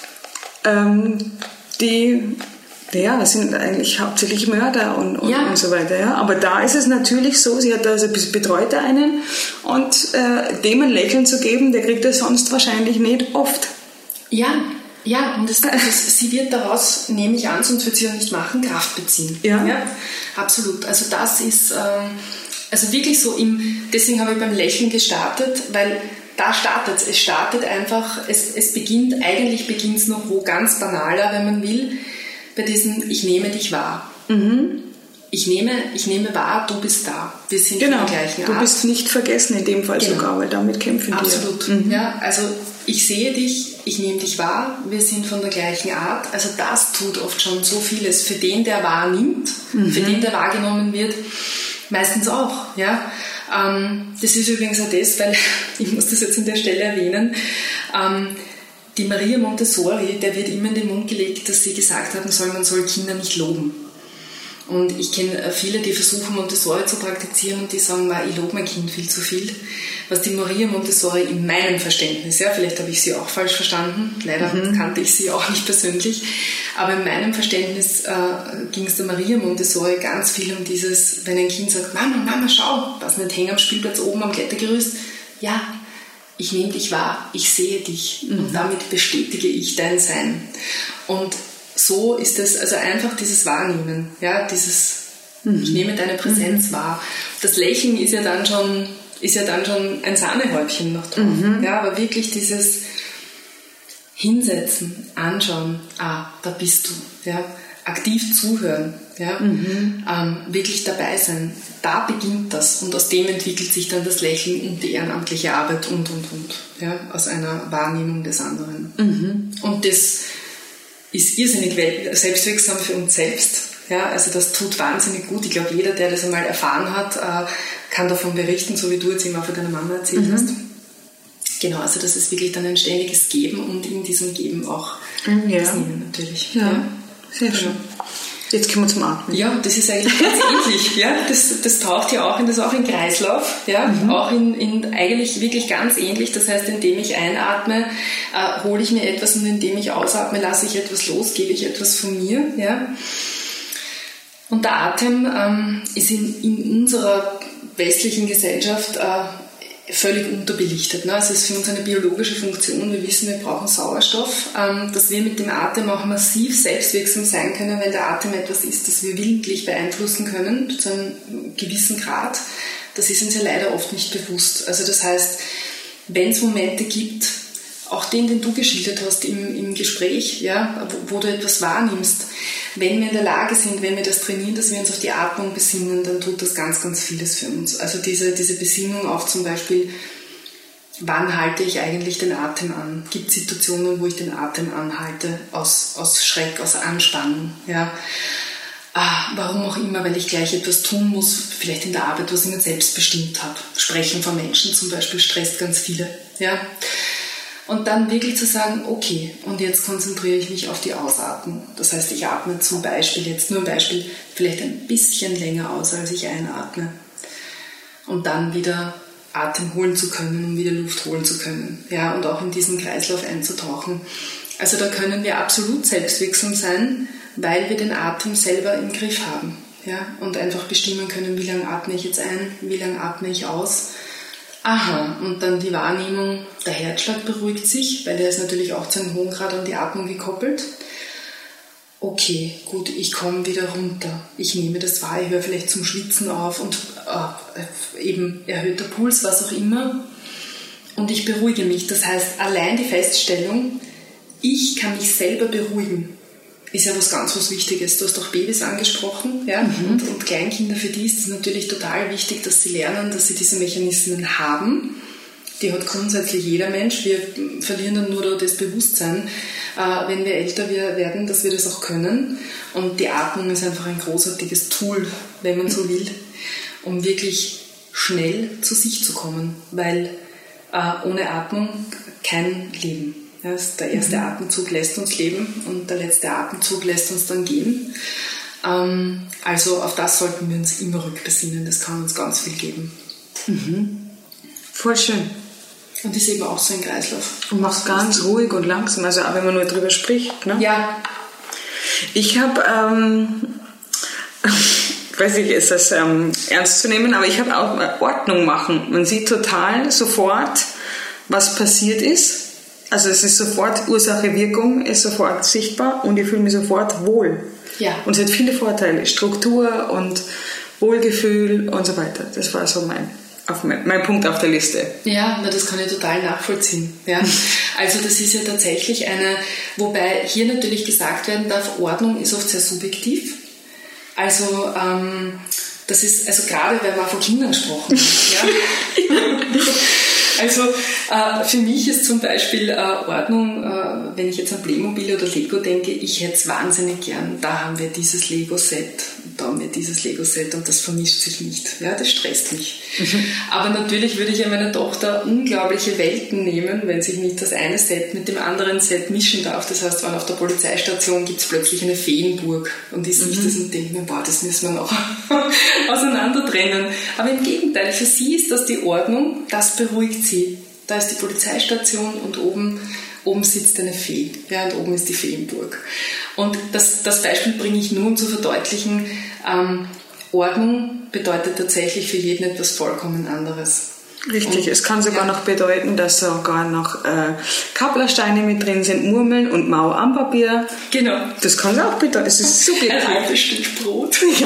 ähm, die, ja, das sind eigentlich hauptsächlich Mörder und, und, ja. und so weiter. Ja. Aber da ist es natürlich so, sie hat also betreut einen und äh, dem ein Lächeln zu geben, der kriegt das sonst wahrscheinlich nicht oft. Ja. Ja, und es, also sie wird daraus, nehme ich an, sonst wird sie ja nicht machen, Kraft beziehen. Ja. ja absolut. Also das ist ähm, also wirklich so, im, deswegen habe ich beim Lächeln gestartet, weil da startet es. Es startet einfach, es, es beginnt, eigentlich beginnt es noch wo ganz banaler, wenn man will, bei diesem Ich nehme dich wahr. Mhm. Ich nehme, ich nehme wahr, du bist da. Wir sind genau. von der gleichen Art. Du bist nicht vergessen in dem Fall genau. sogar, weil damit kämpfen wir. Absolut. Mhm. Ja, also ich sehe dich, ich nehme dich wahr, wir sind von der gleichen Art. Also das tut oft schon so vieles für den, der wahrnimmt, mhm. für den, der wahrgenommen wird, meistens auch. Ja? Ähm, das ist übrigens auch das, weil ich muss das jetzt an der Stelle erwähnen, ähm, die Maria Montessori, der wird immer in den Mund gelegt, dass sie gesagt haben soll, man soll Kinder nicht loben. Und ich kenne viele, die versuchen, Montessori zu praktizieren und die sagen, ich lobe mein Kind viel zu viel. Was die Maria Montessori in meinem Verständnis, ja, vielleicht habe ich sie auch falsch verstanden, leider mhm. kannte ich sie auch nicht persönlich, aber in meinem Verständnis äh, ging es der Maria Montessori ganz viel um dieses, wenn ein Kind sagt, Mama, Mama, schau, was nicht hängen am Spielplatz oben am Klettergerüst, ja, ich nehme dich wahr, ich sehe dich mhm. und damit bestätige ich dein Sein. Und so ist es, also einfach dieses Wahrnehmen, ja, dieses, mhm. ich nehme deine Präsenz mhm. wahr. Das Lächeln ist ja dann schon, ist ja dann schon ein Sahnehäubchen noch drauf. Mhm. Ja, aber wirklich dieses Hinsetzen, anschauen, ah, da bist du, ja, aktiv zuhören, ja, mhm. ähm, wirklich dabei sein, da beginnt das und aus dem entwickelt sich dann das Lächeln und die ehrenamtliche Arbeit und, und, und, ja, aus einer Wahrnehmung des anderen. Mhm. Und das ist irrsinnig selbstwirksam für uns selbst. Ja, also das tut wahnsinnig gut. Ich glaube, jeder, der das einmal erfahren hat, kann davon berichten, so wie du jetzt immer von deiner Mama erzählt mhm. hast. Genau, also das ist wirklich dann ein ständiges Geben und in diesem Geben auch ja. das Nehmen natürlich. Ja, ja. Sehr schön. Jetzt kommen wir zum Atmen. Ja, das ist eigentlich ganz ähnlich. Ja, das, das taucht ja auch in, das auch in Kreislauf, ja, mhm. auch in, in eigentlich wirklich ganz ähnlich. Das heißt, indem ich einatme, äh, hole ich mir etwas und indem ich ausatme, lasse ich etwas los, gebe ich etwas von mir. Ja. Und der Atem ähm, ist in, in unserer westlichen Gesellschaft äh, völlig unterbelichtet. Ne? Also es ist für uns eine biologische Funktion. Wir wissen, wir brauchen Sauerstoff. Ähm, dass wir mit dem Atem auch massiv selbstwirksam sein können, wenn der Atem etwas ist, das wir willentlich beeinflussen können, zu einem gewissen Grad. Das ist uns ja leider oft nicht bewusst. Also das heißt, wenn es Momente gibt, auch den, den du geschildert hast im, im Gespräch, ja, wo, wo du etwas wahrnimmst, wenn wir in der Lage sind, wenn wir das trainieren, dass wir uns auf die Atmung besinnen, dann tut das ganz, ganz vieles für uns. Also diese, diese Besinnung auf zum Beispiel, wann halte ich eigentlich den Atem an? Gibt es Situationen, wo ich den Atem anhalte, aus, aus Schreck, aus Anspannung? Ja? Ah, warum auch immer, weil ich gleich etwas tun muss, vielleicht in der Arbeit, was ich mir selbst bestimmt habe. Sprechen von Menschen zum Beispiel stresst ganz viele. Ja? Und dann wirklich zu sagen, okay, und jetzt konzentriere ich mich auf die Ausatmung. Das heißt, ich atme zum Beispiel, jetzt nur ein Beispiel, vielleicht ein bisschen länger aus, als ich einatme. Um dann wieder Atem holen zu können, um wieder Luft holen zu können. Ja, und auch in diesen Kreislauf einzutauchen. Also da können wir absolut selbstwirksam sein, weil wir den Atem selber im Griff haben. Ja, und einfach bestimmen können, wie lange atme ich jetzt ein, wie lange atme ich aus. Aha, und dann die Wahrnehmung, der Herzschlag beruhigt sich, weil der ist natürlich auch zu einem hohen Grad an die Atmung gekoppelt. Okay, gut, ich komme wieder runter. Ich nehme das wahr, ich höre vielleicht zum Schwitzen auf und äh, eben erhöhter Puls, was auch immer. Und ich beruhige mich. Das heißt, allein die Feststellung, ich kann mich selber beruhigen, ist ja was ganz was Wichtiges. Du hast auch Babys angesprochen, ja? Mhm. und, und Kleinkinder, für die ist es natürlich total wichtig, dass sie lernen, dass sie diese Mechanismen haben. Die hat grundsätzlich jeder Mensch. Wir verlieren dann nur das Bewusstsein, äh, wenn wir älter werden, dass wir das auch können. Und die Atmung ist einfach ein großartiges Tool, wenn man so will, um wirklich schnell zu sich zu kommen, weil äh, ohne Atmung kein Leben. Ja, der erste mhm. Atemzug lässt uns leben und der letzte Atemzug lässt uns dann gehen. Ähm, also auf das sollten wir uns immer rückbesinnen. Das kann uns ganz viel geben. Mhm. Voll schön. Und ist eben auch so ein Kreislauf. Und machst ganz ruhig und langsam, also auch wenn man nur drüber spricht. Ne? Ja. Ich habe, ähm, weiß ich, ist das ähm, ernst zu nehmen, aber ich habe auch Ordnung machen. Man sieht total sofort, was passiert ist. Also es ist sofort Ursache-Wirkung, ist sofort sichtbar und ich fühle mich sofort wohl. Ja. Und es hat viele Vorteile, Struktur und Wohlgefühl und so weiter. Das war so mein, auf mein, mein Punkt auf der Liste. Ja, na, das kann ich total nachvollziehen. Ja. Also das ist ja tatsächlich eine, wobei hier natürlich gesagt werden darf, Ordnung ist oft sehr subjektiv. Also ähm, das ist, also gerade wenn man von Kindern gesprochen hat, ja. Also äh, für mich ist zum Beispiel äh, Ordnung, äh, wenn ich jetzt an Playmobil oder Lego denke, ich hätte es wahnsinnig gern, da haben wir dieses Lego-Set, da mir dieses Lego-Set und das vermischt sich nicht. Ja, das stresst mich. Mhm. Aber natürlich würde ich ja meiner Tochter unglaubliche Welten nehmen, wenn sich nicht das eine Set mit dem anderen Set mischen darf. Das heißt, wenn auf der Polizeistation gibt es plötzlich eine Feenburg und ich sehe mhm. das und denke mir, boah, das müssen wir noch auseinander trennen. Aber im Gegenteil, für sie ist das die Ordnung, das beruhigt sie. Da ist die Polizeistation und oben Oben sitzt eine Fee, ja, und oben ist die Feenburg. Und das, das Beispiel bringe ich nur, um zu verdeutlichen, ähm, Ordnung bedeutet tatsächlich für jeden etwas vollkommen anderes. Richtig, und, es kann sogar ja. noch bedeuten, dass sogar noch äh, Kapplersteine mit drin sind, Murmeln und Mau-Am-Papier. Genau. Das kann es auch bedeuten, es ist subjektiv. Ein halbes Stück Brot. Ja,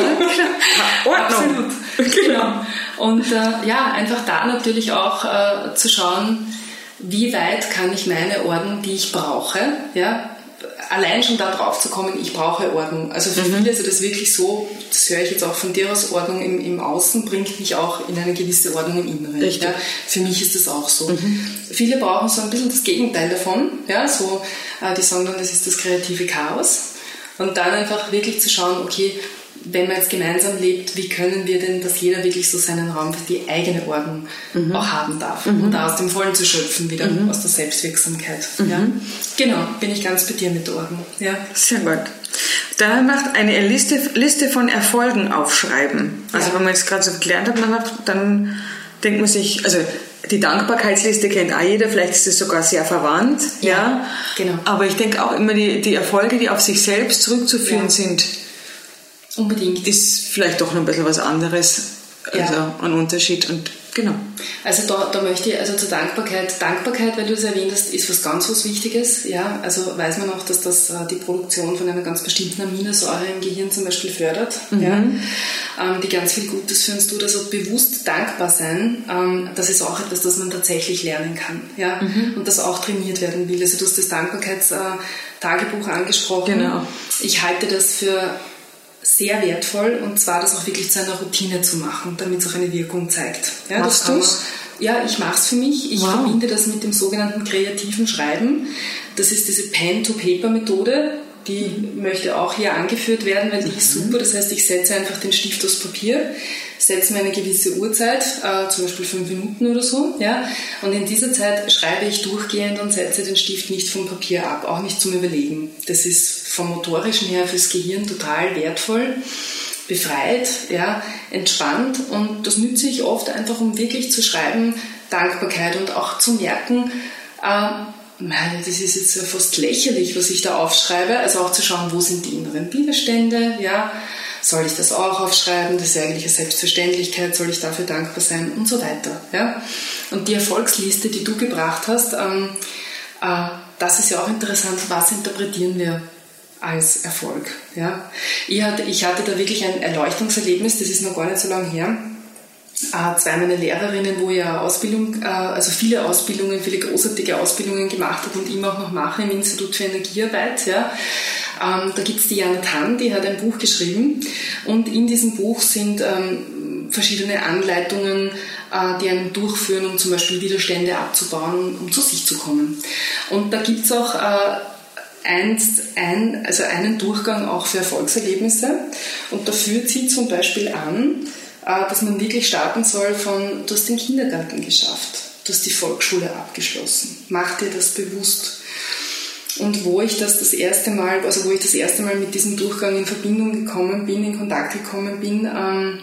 klar. Ordnung. Absolut. Genau. Und äh, ja, einfach da natürlich auch äh, zu schauen, wie weit kann ich meine Ordnung, die ich brauche, ja, allein schon da drauf zu kommen, ich brauche Ordnung. Also für mhm. viele ist das wirklich so, das höre ich jetzt auch von dir aus, Ordnung im, im Außen bringt mich auch in eine gewisse Ordnung im Inneren. Richtig. Ja. Für mich ist das auch so. Mhm. Viele brauchen so ein bisschen das Gegenteil davon, ja, so, äh, die sagen dann, das ist das kreative Chaos. Und dann einfach wirklich zu schauen, okay, wenn man jetzt gemeinsam lebt, wie können wir denn, dass jeder wirklich so seinen Raum für die eigene Ordnung mhm. auch haben darf, mhm. um da aus dem Vollen zu schöpfen, wieder mhm. aus der Selbstwirksamkeit. Mhm. Ja? Genau, bin ich ganz bei dir mit der Ordnung. Ja. Sehr gut. Dann macht eine Liste, Liste von Erfolgen aufschreiben. Also ja. wenn man jetzt gerade so gelernt hat, dann, dann denkt man sich, also die Dankbarkeitsliste kennt auch jeder, vielleicht ist es sogar sehr verwandt. Ja, ja. Genau. Aber ich denke auch immer, die, die Erfolge, die auf sich selbst zurückzuführen ja. sind, unbedingt. Ist vielleicht doch noch ein bisschen was anderes, also ja. ein Unterschied und genau. Also da, da möchte ich, also zur Dankbarkeit, Dankbarkeit, weil du es erwähnt hast, ist was ganz was Wichtiges, ja, also weiß man auch, dass das äh, die Produktion von einer ganz bestimmten Aminosäure im Gehirn zum Beispiel fördert, mhm. ja, ähm, die ganz viel Gutes für uns tut, also bewusst dankbar sein, ähm, das ist auch etwas, das man tatsächlich lernen kann, ja, mhm. und das auch trainiert werden will, also du hast das Dankbarkeitstagebuch angesprochen, genau. Ich halte das für sehr wertvoll, und zwar das auch wirklich zu einer Routine zu machen, damit es auch eine Wirkung zeigt. Ja, Machst du es? Ja, ich mache es für mich. Ich wow. verbinde das mit dem sogenannten kreativen Schreiben. Das ist diese Pen-to-Paper-Methode. Die möchte auch hier angeführt werden, weil die ist super. Das heißt, ich setze einfach den Stift aufs Papier, setze mir eine gewisse Uhrzeit, äh, zum Beispiel fünf Minuten oder so, ja, und in dieser Zeit schreibe ich durchgehend und setze den Stift nicht vom Papier ab, auch nicht zum Überlegen. Das ist vom Motorischen her fürs Gehirn total wertvoll, befreit, ja, entspannt, und das nütze ich oft einfach, um wirklich zu schreiben, Dankbarkeit, und auch zu merken, äh, das ist jetzt fast lächerlich, was ich da aufschreibe, also auch zu schauen, wo sind die inneren Widerstände, ja, soll ich das auch aufschreiben, das ist ja eigentlich eine Selbstverständlichkeit, soll ich dafür dankbar sein und so weiter, ja. Und die Erfolgsliste, die du gebracht hast, ähm, äh, das ist ja auch interessant, was interpretieren wir als Erfolg, ja. Ich hatte, ich hatte da wirklich ein Erleuchtungserlebnis, das ist noch gar nicht so lange her. Äh, zwei meiner Lehrerinnen, wo ich Ausbildung, äh, also viele Ausbildungen, viele großartige Ausbildungen gemacht habe und immer auch noch mache im Institut für Energiearbeit. Ja. Ähm, da gibt es die Jana Tan, die hat ein Buch geschrieben, und in diesem Buch sind ähm, verschiedene Anleitungen, äh, die einen durchführen, um zum Beispiel Widerstände abzubauen, um zu sich zu kommen. Und da gibt es auch äh, Einst, ein, also einen Durchgang auch für Erfolgserlebnisse, und da führt sie zum Beispiel an, dass man wirklich starten soll von, du hast den Kindergarten geschafft, du hast die Volksschule abgeschlossen, mach dir das bewusst. Und wo ich das das erste Mal, also wo ich das erste Mal mit diesem Durchgang in Verbindung gekommen bin, in Kontakt gekommen bin, ähm,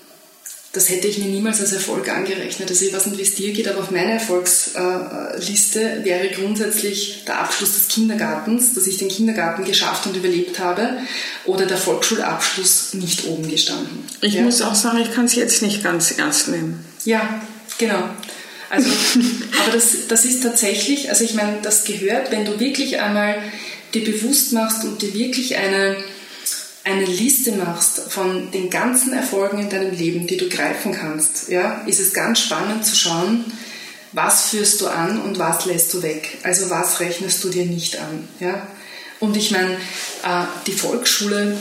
das hätte ich mir niemals als Erfolg angerechnet. Also ich weiß nicht, wie es dir geht, aber auf meiner Erfolgsliste wäre grundsätzlich der Abschluss des Kindergartens, dass ich den Kindergarten geschafft und überlebt habe, oder der Volksschulabschluss nicht oben gestanden. Ich ja. muss auch sagen, ich kann es jetzt nicht ganz ernst nehmen. Ja, genau. Also, aber das, das ist tatsächlich, also ich meine, das gehört, wenn du wirklich einmal dir bewusst machst und dir wirklich eine eine Liste machst von den ganzen Erfolgen in deinem Leben, die du greifen kannst, ja, ist es ganz spannend zu schauen, was führst du an und was lässt du weg. Also was rechnest du dir nicht an. Ja? Und ich meine, äh, die Volksschule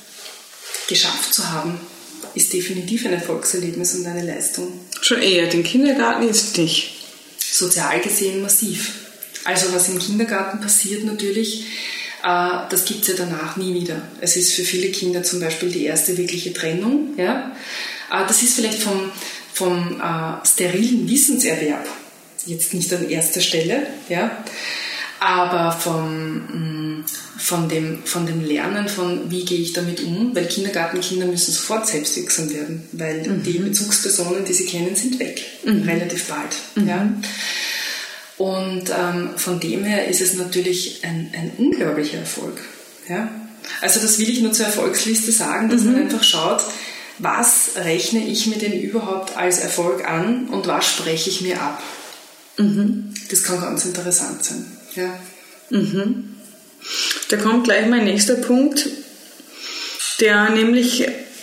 geschafft zu haben, ist definitiv ein Erfolgserlebnis und eine Leistung. Schon eher, den Kindergarten jetzt nicht. Sozial gesehen massiv. Also was im Kindergarten passiert natürlich, äh, das gibt es ja danach nie wieder. Es ist für viele Kinder zum Beispiel die erste wirkliche Trennung. Ja? Äh, das ist vielleicht vom, vom äh, sterilen Wissenserwerb jetzt nicht an erster Stelle, ja? Aber vom, von, dem, von dem Lernen von, wie gehe ich damit um, weil Kindergartenkinder müssen sofort selbstwirksam werden, weil mhm. die Bezugspersonen, die sie kennen, sind weg, mhm. relativ bald. Mhm. Ja? Und ähm, von dem her ist es natürlich ein, ein unglaublicher Erfolg. Ja? Also das will ich nur zur Erfolgsliste sagen, dass mhm. man einfach schaut, was rechne ich mir denn überhaupt als Erfolg an und was spreche ich mir ab. Mhm. Das kann ganz interessant sein. Ja. Mhm. Da kommt gleich mein nächster Punkt, der nämlich,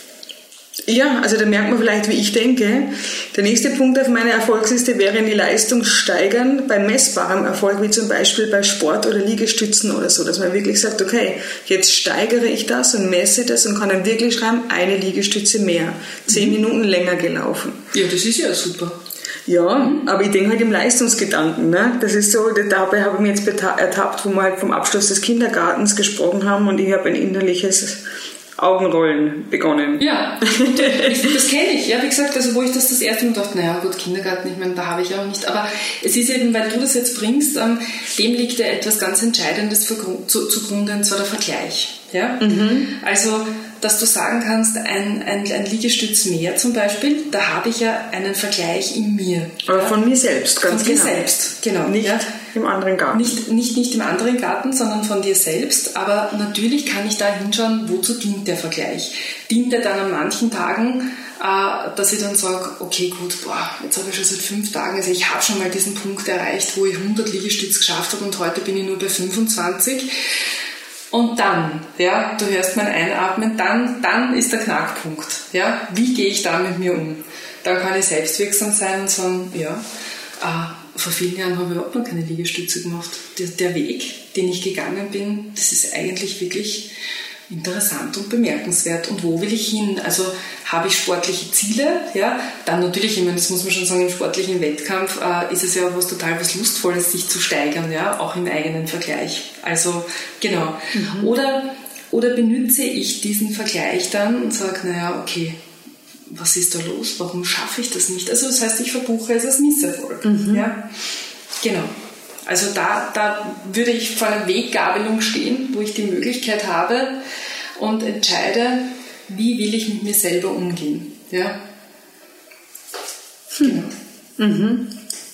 ja, also da merkt man vielleicht, wie ich denke. Der nächste Punkt auf meiner Erfolgsliste wäre die Leistung steigern bei messbarem Erfolg, wie zum Beispiel bei Sport oder Liegestützen oder so, dass man wirklich sagt, okay, jetzt steigere ich das und messe das und kann dann wirklich schreiben, eine Liegestütze mehr, zehn mhm. Minuten länger gelaufen. Ja, das ist ja super. Ja, aber ich denke halt im Leistungsgedanken. Ne? Das ist so, dabei habe ich mich jetzt ertappt, wo wir halt vom Abschluss des Kindergartens gesprochen haben und ich habe ein innerliches Augenrollen begonnen. Ja, das kenne ich. Ja, wie gesagt, also wo ich das das erste Mal dachte, naja gut, Kindergarten, ich meine, da habe ich auch nicht. Aber es ist eben, weil du das jetzt bringst, ähm, dem liegt ja etwas ganz Entscheidendes zu, zugrunde, und zwar der Vergleich. Ja? Mhm. Also, dass du sagen kannst, ein, ein, ein Liegestütz mehr zum Beispiel, da habe ich ja einen Vergleich in mir. Aber ja? Von mir selbst, ganz von genau. Von dir selbst, genau. Nicht ja? im anderen Garten. Nicht, nicht, nicht im anderen Garten, sondern von dir selbst. Aber natürlich kann ich da hinschauen, wozu dient der Vergleich. Dient er dann an manchen Tagen, äh, dass ich dann sage, okay gut, boah, jetzt habe ich schon seit fünf Tagen, also ich habe schon mal diesen Punkt erreicht, wo ich hundert Liegestütz geschafft habe und heute bin ich nur bei fünfundzwanzig. Und dann, ja, du hörst mein Einatmen, dann, dann ist der Knackpunkt. Ja, wie gehe ich da mit mir um? Dann kann ich selbstwirksam sein und sagen, ja, äh, vor vielen Jahren habe ich überhaupt noch keine Liegestütze gemacht. Der, der Weg, den ich gegangen bin, das ist eigentlich wirklich interessant und bemerkenswert. Und wo will ich hin? Also habe ich sportliche Ziele? Ja, dann natürlich, ich meine, das muss man schon sagen, im sportlichen Wettkampf äh, ist es ja was total was Lustvolles, sich zu steigern, ja, auch im eigenen Vergleich. Also genau. Mhm. Oder, oder benutze ich diesen Vergleich dann und sage, naja, okay, was ist da los? Warum schaffe ich das nicht? Also das heißt, ich verbuche es als Misserfolg. Mhm. Ja, genau. Also da, da würde ich vor einer Weggabelung stehen, wo ich die Möglichkeit habe und entscheide, wie will ich mit mir selber umgehen. Ja? Hm. Genau. Mhm.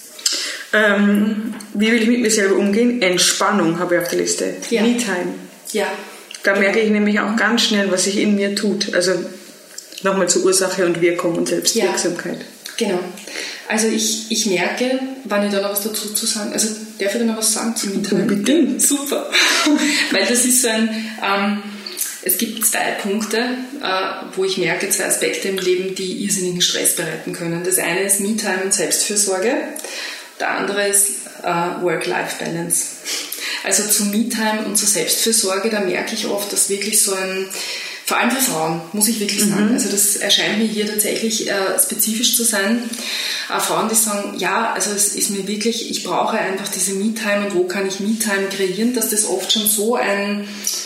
Ähm, wie will ich mit mir selber umgehen? Entspannung habe ich auf der Liste. Ja. Me-Time. Ja. Da merke ich nämlich auch ganz schnell, was sich in mir tut. Also nochmal zur Ursache und Wirkung und Selbstwirksamkeit. Ja. Genau. Also ich, ich merke, wann ich da noch was dazu zu sagen, also darf ich da noch was sagen zu Me-Time? Bitte. Super. Weil das ist so ein, ähm, es gibt zwei Punkte, äh, wo ich merke, zwei Aspekte im Leben, die irrsinnigen Stress bereiten können. Das eine ist Me-Time und Selbstfürsorge. Der andere ist äh, Work-Life-Balance. Also zu Me-Time und zur Selbstfürsorge, da merke ich oft, dass wirklich so ein, vor allem für Frauen, muss ich wirklich sagen. Mhm. Also das erscheint mir hier tatsächlich äh, spezifisch zu sein. Äh, Frauen, die sagen, ja, also es ist mir wirklich, ich brauche einfach diese Me-Time und wo kann ich Me-Time kreieren, dass das oft schon so ein,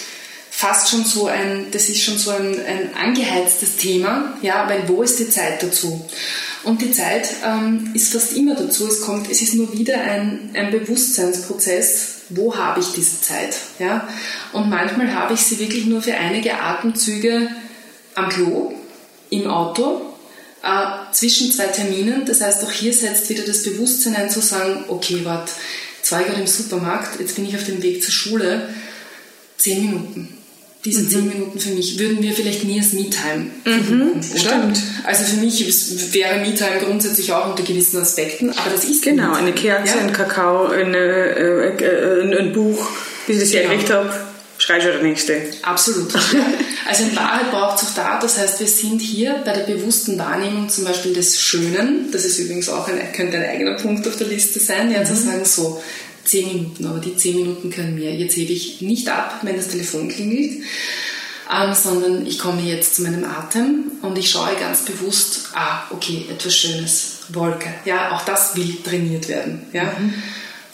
fast schon so ein, das ist schon so ein, ein angeheiztes Thema, ja, weil wo ist die Zeit dazu? Und die Zeit ähm, ist fast immer dazu. Es kommt, es ist nur wieder ein, ein Bewusstseinsprozess. Wo habe ich diese Zeit? Ja? Und manchmal habe ich sie wirklich nur für einige Atemzüge am Klo, im Auto, äh, zwischen zwei Terminen. Das heißt, auch hier setzt wieder das Bewusstsein ein, zu sagen, okay, warte, jetzt war ich gerade im Supermarkt, jetzt bin ich auf dem Weg zur Schule, zehn Minuten. Diese mhm. zehn Minuten für mich würden wir vielleicht nie als Me-Time mhm, stimmt. Also für mich wäre Me-Time grundsätzlich auch unter gewissen Aspekten, aber das ist genau, eine Kerze, ja. ein Kakao, eine, äh, äh, ein Buch, bis ich das genau. erreicht habe, schrei schon der Nächste. Absolut. Also in Wahrheit braucht es auch da, das heißt, wir sind hier bei der bewussten Wahrnehmung zum Beispiel des Schönen, das ist übrigens auch ein, könnte ein eigener Punkt auf der Liste sein, ja, mhm. zu sagen, so, zehn Minuten, aber die zehn Minuten können mehr. Jetzt hebe ich nicht ab, wenn das Telefon klingelt, ähm, sondern ich komme jetzt zu meinem Atem und ich schaue ganz bewusst, ah, okay, etwas Schönes, Wolke. Ja, auch das will trainiert werden. Ja. Mhm.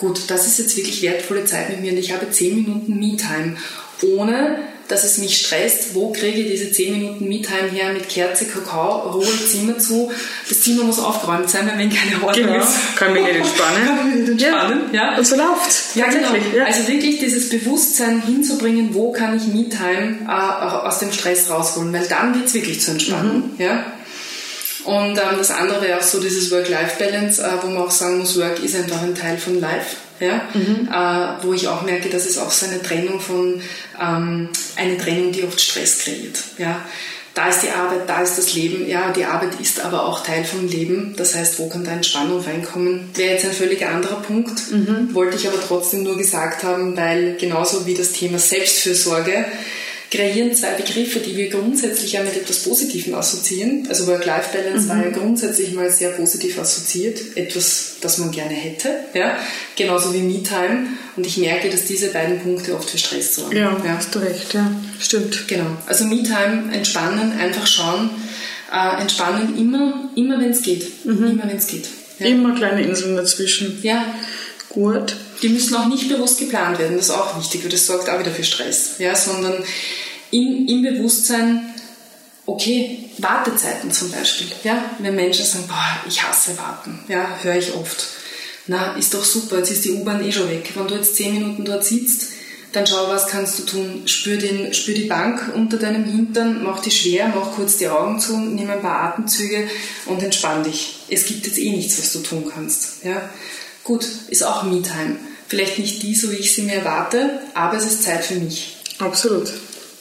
gut, das ist jetzt wirklich wertvolle Zeit mit mir und ich habe zehn Minuten Me-Time, ohne dass es mich stresst, wo kriege ich diese zehn Minuten Me-Time her mit Kerze, Kakao, Ruhe, Zimmer zu. Das Zimmer muss aufgeräumt sein, wenn keine Ordnung genau. ist. Kann mich nicht entspannen. Kann mich nicht entspannen. Ja. Ja. Und so läuft's. Ja, genau. Ja. Also wirklich dieses Bewusstsein hinzubringen, wo kann ich Me-Time äh, aus dem Stress rausholen, weil dann wird es wirklich zu entspannen. Mhm. Ja. Und ähm, das andere wäre auch so dieses Work-Life-Balance, äh, wo man auch sagen muss, Work ist einfach ein Teil von Life. Ja? Mhm. Äh, wo ich auch merke, dass es auch so eine Trennung von, ähm, eine Trennung, die oft Stress kreiert. Ja? Da ist die Arbeit, da ist das Leben. Ja, die Arbeit ist aber auch Teil vom Leben. Das heißt, wo kann da Entspannung reinkommen? Wäre jetzt ein völlig anderer Punkt. Mhm. Wollte ich aber trotzdem nur gesagt haben, weil genauso wie das Thema Selbstfürsorge kreieren zwei Begriffe, die wir grundsätzlich ja mit etwas Positivem assoziieren. Also Work-Life-Balance mhm. war ja grundsätzlich mal sehr positiv assoziiert. Etwas, das man gerne hätte. Ja? Genauso wie Me-Time. Und ich merke, dass diese beiden Punkte oft für Stress sorgen. Ja, ja. Hast du recht. Ja, stimmt. Genau. Also Me-Time, entspannen, einfach schauen. Äh, entspannen immer, immer wenn es geht. Mhm. Immer wenn es geht. Ja. Immer kleine Inseln dazwischen. Ja. Gut. Die müssen auch nicht bewusst geplant werden, das ist auch wichtig, weil das sorgt auch wieder für Stress. Ja, sondern im, im Bewusstsein, okay, Wartezeiten zum Beispiel. Ja, wenn Menschen sagen, boah, ich hasse Warten, ja, höre ich oft. Na, ist doch super, jetzt ist die U-Bahn eh schon weg. Wenn du jetzt zehn Minuten dort sitzt, dann schau, was kannst du tun. Spür, den, spür die Bank unter deinem Hintern, mach die schwer, mach kurz die Augen zu, nimm ein paar Atemzüge und entspann dich. Es gibt jetzt eh nichts, was du tun kannst. Ja. Gut, ist auch Me-Time. Vielleicht nicht die, so wie ich sie mir erwarte, aber es ist Zeit für mich. Absolut.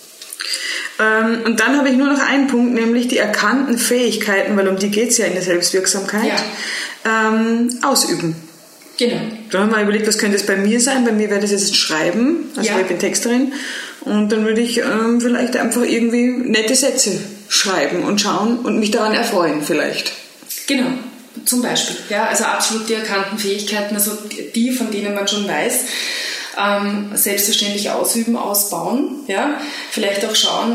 Ähm, und dann habe ich nur noch einen Punkt, nämlich die erkannten Fähigkeiten, weil um die geht es ja in der Selbstwirksamkeit, ja. ähm, ausüben. Genau. Dann haben wir überlegt, was könnte es bei mir sein? Bei mir wäre das jetzt Schreiben, also ja. ich bin Texterin. Und dann würde ich ähm, vielleicht einfach irgendwie nette Sätze schreiben und schauen und mich daran erfreuen vielleicht. Genau. Zum Beispiel, ja, also absolut die erkannten Fähigkeiten, also die, von denen man schon weiß, ähm, selbstverständlich ausüben, ausbauen, ja, vielleicht auch schauen,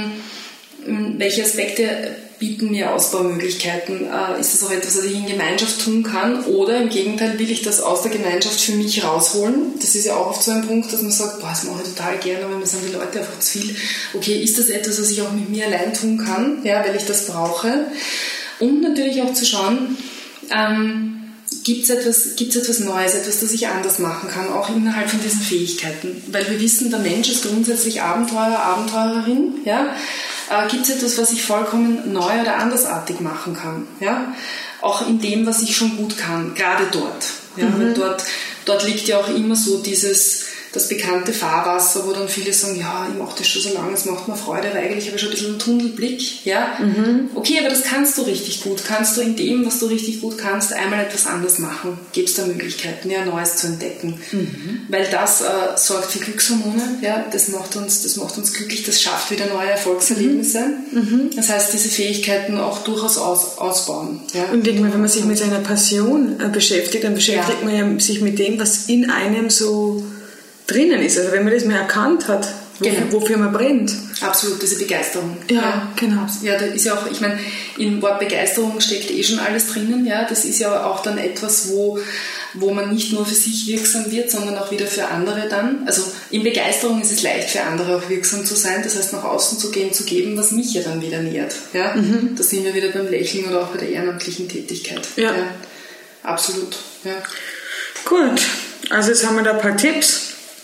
ähm, welche Aspekte bieten mir Ausbaumöglichkeiten, äh, ist das auch etwas, was ich in Gemeinschaft tun kann oder im Gegenteil will ich das aus der Gemeinschaft für mich rausholen, das ist ja auch oft so ein Punkt, dass man sagt, boah, das mache ich total gerne, aber mir sind die Leute einfach zu viel, okay, ist das etwas, was ich auch mit mir allein tun kann, ja, weil ich das brauche. Und natürlich auch zu schauen, ähm, gibt es etwas, gibt's etwas Neues, etwas, das ich anders machen kann, auch innerhalb von diesen Fähigkeiten. Weil wir wissen, der Mensch ist grundsätzlich Abenteurer, Abenteurerin. Ja? Äh, gibt es etwas, was ich vollkommen neu oder andersartig machen kann? Ja? Auch in dem, was ich schon gut kann, gerade dort. Ja? Mhm. Weil dort, dort liegt ja auch immer so dieses... das bekannte Fahrwasser, wo dann viele sagen, ja, ich mache das schon so lange, es macht mir Freude, aber eigentlich habe ich schon ein bisschen einen Tunnelblick. Ja? Mhm. Okay, aber das kannst du richtig gut. Kannst du in dem, was du richtig gut kannst, einmal etwas anders machen? Gibt es da Möglichkeiten, ja, Neues zu entdecken? Mhm. Weil das äh, sorgt für Glückshormone, ja? das, macht uns, das macht uns glücklich, das schafft wieder neue Erfolgserlebnisse. Mhm. Das heißt, diese Fähigkeiten auch durchaus aus, ausbauen. Ja? Und denke mal, wenn man sich mit seiner Passion äh, beschäftigt, dann beschäftigt ja. man ja sich mit dem, was in einem so drinnen ist, also wenn man das mal erkannt hat, wofür, genau. wofür man brennt. Absolut, diese Begeisterung. Ja, ja, genau. Ja, da ist ja auch, ich meine, im Wort Begeisterung steckt eh schon alles drinnen, ja, das ist ja auch dann etwas, wo, wo man nicht nur für sich wirksam wird, sondern auch wieder für andere dann. Also in Begeisterung ist es leicht für andere auch wirksam zu sein, das heißt nach außen zu gehen, zu geben, was mich ja dann wieder nährt. Ja? Mhm. Da sind wir wieder beim Lächeln oder auch bei der ehrenamtlichen Tätigkeit. Ja. Ja. Absolut, ja. Gut, also jetzt haben wir da ein paar Tipps.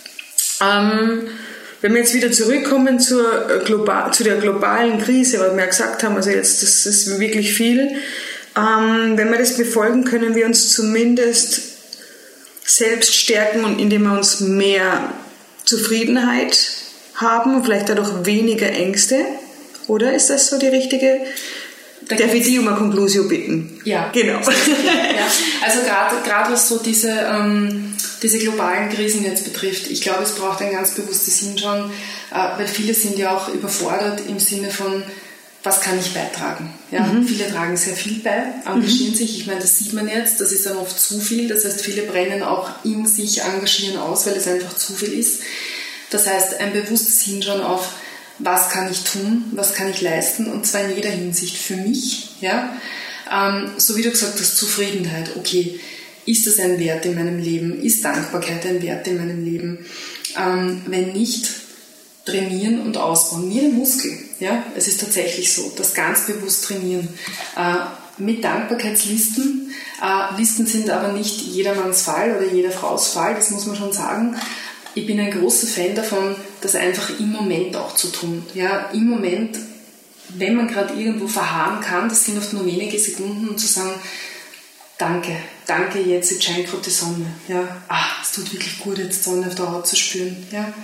Ähm, wenn wir jetzt wieder zurückkommen zur, global, zu der globalen Krise, was wir ja gesagt haben, also jetzt, das ist wirklich viel, ähm, wenn wir das befolgen, können wir uns zumindest selbst stärken und indem wir uns mehr Zufriedenheit haben und vielleicht dadurch weniger Ängste, oder ist das so die richtige? Da darf ich die um eine Konklusion bitten? Ja. Genau. Ja, also gerade was so diese, ähm, diese globalen Krisen jetzt betrifft, ich glaube, es braucht ein ganz bewusstes Hinschauen, äh, weil viele sind ja auch überfordert im Sinne von, was kann ich beitragen? Ja, mhm. Viele tragen sehr viel bei, engagieren mhm. sich, ich meine, das sieht man jetzt, das ist dann oft zu viel, das heißt, viele brennen auch in sich engagieren aus, weil es einfach zu viel ist. Das heißt, ein bewusstes Hinschauen auf, was kann ich tun, was kann ich leisten, und zwar in jeder Hinsicht für mich. Ja? Ähm, so wie du gesagt hast, Zufriedenheit, okay. Ist das ein Wert in meinem Leben? Ist Dankbarkeit ein Wert in meinem Leben? Ähm, wenn nicht, trainieren und ausbauen. Wie ein Muskel. Ja? Es ist tatsächlich so, das ganz bewusst trainieren. Äh, mit Dankbarkeitslisten. Äh, Listen sind aber nicht jedermanns Fall oder jeder Frau's Fall, das muss man schon sagen. Ich bin ein großer Fan davon, das einfach im Moment auch zu tun. Ja? Im Moment, wenn man gerade irgendwo verharren kann, das sind oft nur wenige Sekunden, und zu sagen, danke, danke, jetzt, jetzt scheint gerade die Sonne. Ja? Ach, es tut wirklich gut, jetzt Sonne auf der Haut zu spüren. Ja?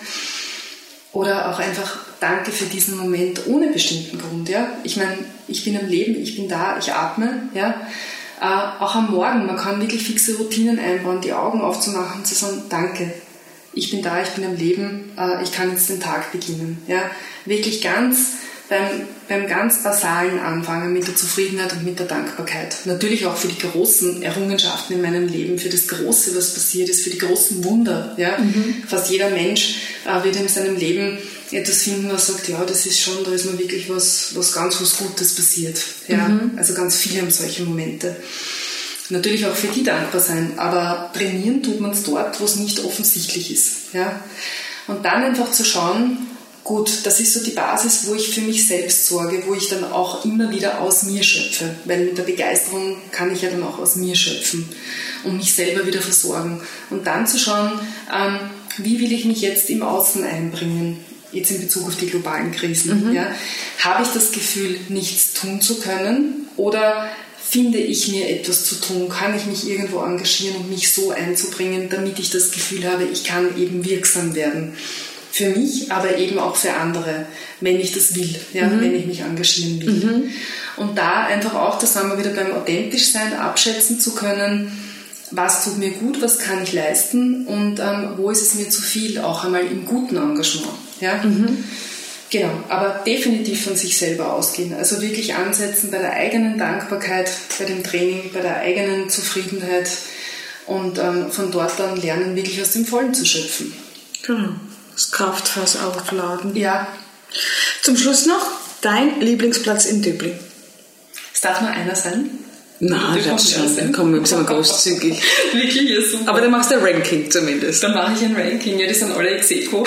Oder auch einfach danke für diesen Moment ohne bestimmten Grund. Ja? Ich meine, ich bin am Leben, ich bin da, ich atme. Ja? Äh, auch am Morgen, man kann wirklich fixe Routinen einbauen, die Augen aufzumachen und zu sagen, danke, ich bin da, ich bin am Leben, äh, ich kann jetzt den Tag beginnen. Ja? Wirklich ganz beim, beim ganz Basalen anfangen mit der Zufriedenheit und mit der Dankbarkeit. Natürlich auch für die großen Errungenschaften in meinem Leben, für das Große, was passiert ist, für die großen Wunder. Ja? Mhm. Fast jeder Mensch äh, wird in seinem Leben etwas finden, was sagt, ja, das ist schon, da ist mir wirklich was, was ganz was Gutes passiert. Ja? Mhm. Also ganz viele haben solche Momente. Natürlich auch für die dankbar sein, aber trainieren tut man es dort, wo es nicht offensichtlich ist. Ja? Und dann einfach zu schauen, gut, das ist so die Basis, wo ich für mich selbst sorge, wo ich dann auch immer wieder aus mir schöpfe, weil mit der Begeisterung kann ich ja dann auch aus mir schöpfen und mich selber wieder versorgen. Und dann zu schauen, ähm, wie will ich mich jetzt im Außen einbringen, jetzt in Bezug auf die globalen Krisen. Mhm. Ja? Habe ich das Gefühl, nichts tun zu können, oder finde ich mir etwas zu tun? Kann ich mich irgendwo engagieren und mich so einzubringen, damit ich das Gefühl habe, ich kann eben wirksam werden? Für mich, aber eben auch für andere, wenn ich das will, ja, mhm. wenn ich mich engagieren will. Mhm. Und da einfach auch, das haben wir wieder beim authentisch sein, abschätzen zu können, was tut mir gut, was kann ich leisten und ähm, wo ist es mir zu viel, auch einmal im guten Engagement. Ja? Mhm. Genau, aber definitiv von sich selber ausgehen. Also wirklich ansetzen bei der eigenen Dankbarkeit, bei dem Training, bei der eigenen Zufriedenheit und ähm, von dort dann lernen, wirklich aus dem Vollen zu schöpfen. Genau. Das Kraftfass aufladen. Ja. Zum Schluss noch dein Lieblingsplatz in Döbling. Es darf nur einer sein. Nein, das schon. Dann kommen wir ein bisschen großzügig. Wirklich, ja, super. Aber dann machst du ein Ranking zumindest. Dann mache ich ein Ranking, ja, die sind alle ex aequo.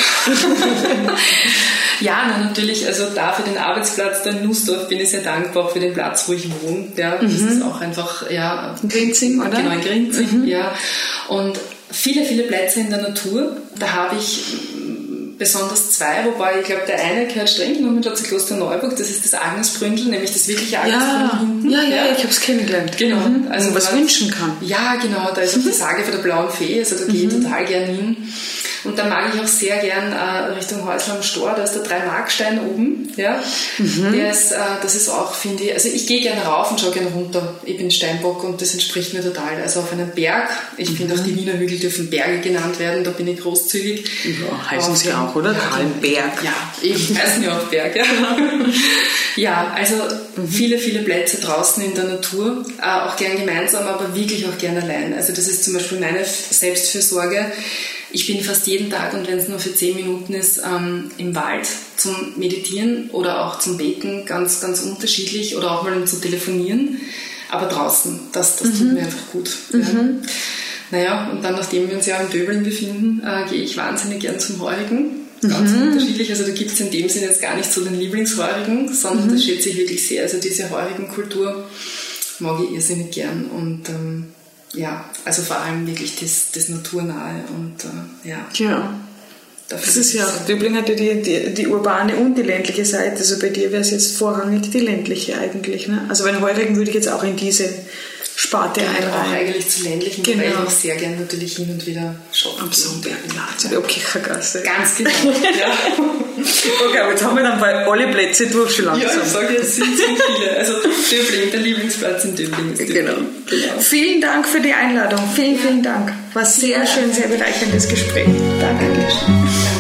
Ja, na, natürlich, also da für den Arbeitsplatz da in Nussdorf bin ich sehr dankbar, auch für den Platz, wo ich wohne. Ja, das mhm. ist auch einfach, ja. In Grinzing, oder? Genau, in Grinzing, mhm. ja. Und viele, viele Plätze in der Natur, da habe ich besonders zwei, wobei ich glaube, der eine gehört streng genommen mit Schatzi Kloster Neuburg, das ist das Agnesbründel, nämlich das wirkliche Agnesbründel hinten. Ja, ja, ja, ich habe es kennengelernt. Genau. Mhm. Also man was wünschen kann. Ja, genau, da ist auch die Sage von der blauen Fee, also da gehe ich mhm. total gern hin. Und da mag ich auch sehr gern äh, Richtung Häusl am Stor, da ist der Drei-Mark-Stein oben. Ja. Mhm. Der ist, äh, das ist auch, finde ich, also ich gehe gerne rauf und schaue gerne runter. Ich bin Steinbock und das entspricht mir total. Also auf einem Berg, ich mhm. finde auch die Wiener Hügel dürfen Berge genannt werden, da bin ich großzügig. Ja, heißen sie auch, oder? Kahlenberg. Ja, eben, heißen ja auch Berg. Ja, ja also mhm. viele, viele Plätze draußen in der Natur, äh, auch gern gemeinsam, aber wirklich auch gern allein. Also das ist zum Beispiel meine Selbstfürsorge. Ich bin fast jeden Tag, und wenn es nur für zehn Minuten ist, ähm, im Wald zum Meditieren oder auch zum Beten, ganz, ganz unterschiedlich, oder auch mal um zu telefonieren, aber draußen, das, das mhm. tut mir einfach gut. Mhm. Ja. Naja, und dann, nachdem wir uns ja in Döbling befinden, äh, gehe ich wahnsinnig gern zum Heurigen. Ganz mhm. unterschiedlich, also da gibt es in dem Sinne jetzt gar nicht so den Lieblingsheurigen, sondern mhm. das schätze ich wirklich sehr. Also diese Heurigenkultur mag ich irrsinnig gern, und ähm, ja, also vor allem wirklich das, das Naturnahe und äh, ja. Ja. Das ist ja auch, Döbling hat ja die, die, die urbane und die ländliche Seite, also bei dir wäre es jetzt vorrangig die ländliche eigentlich. Ne? Also bei den Heurigen würde ich jetzt auch in diese Sparte einreihen. Auch eigentlich zu ländlichen, genau. Weil ich auch sehr gerne natürlich hin und wieder shoppen. Am Sonnbergplatz oder Kirchergasse. Ganz genau, ja. Okay, aber jetzt haben wir dann bei alle Plätze durch schon langsam. Ja, ich sage, es sind so viele. Also Döbling, der Lieblingsplatz in Döbling ist Döbling. Genau. genau. Vielen Dank für die Einladung. Vielen, vielen Dank. War sehr schön, sehr bereicherndes Gespräch. Danke dir.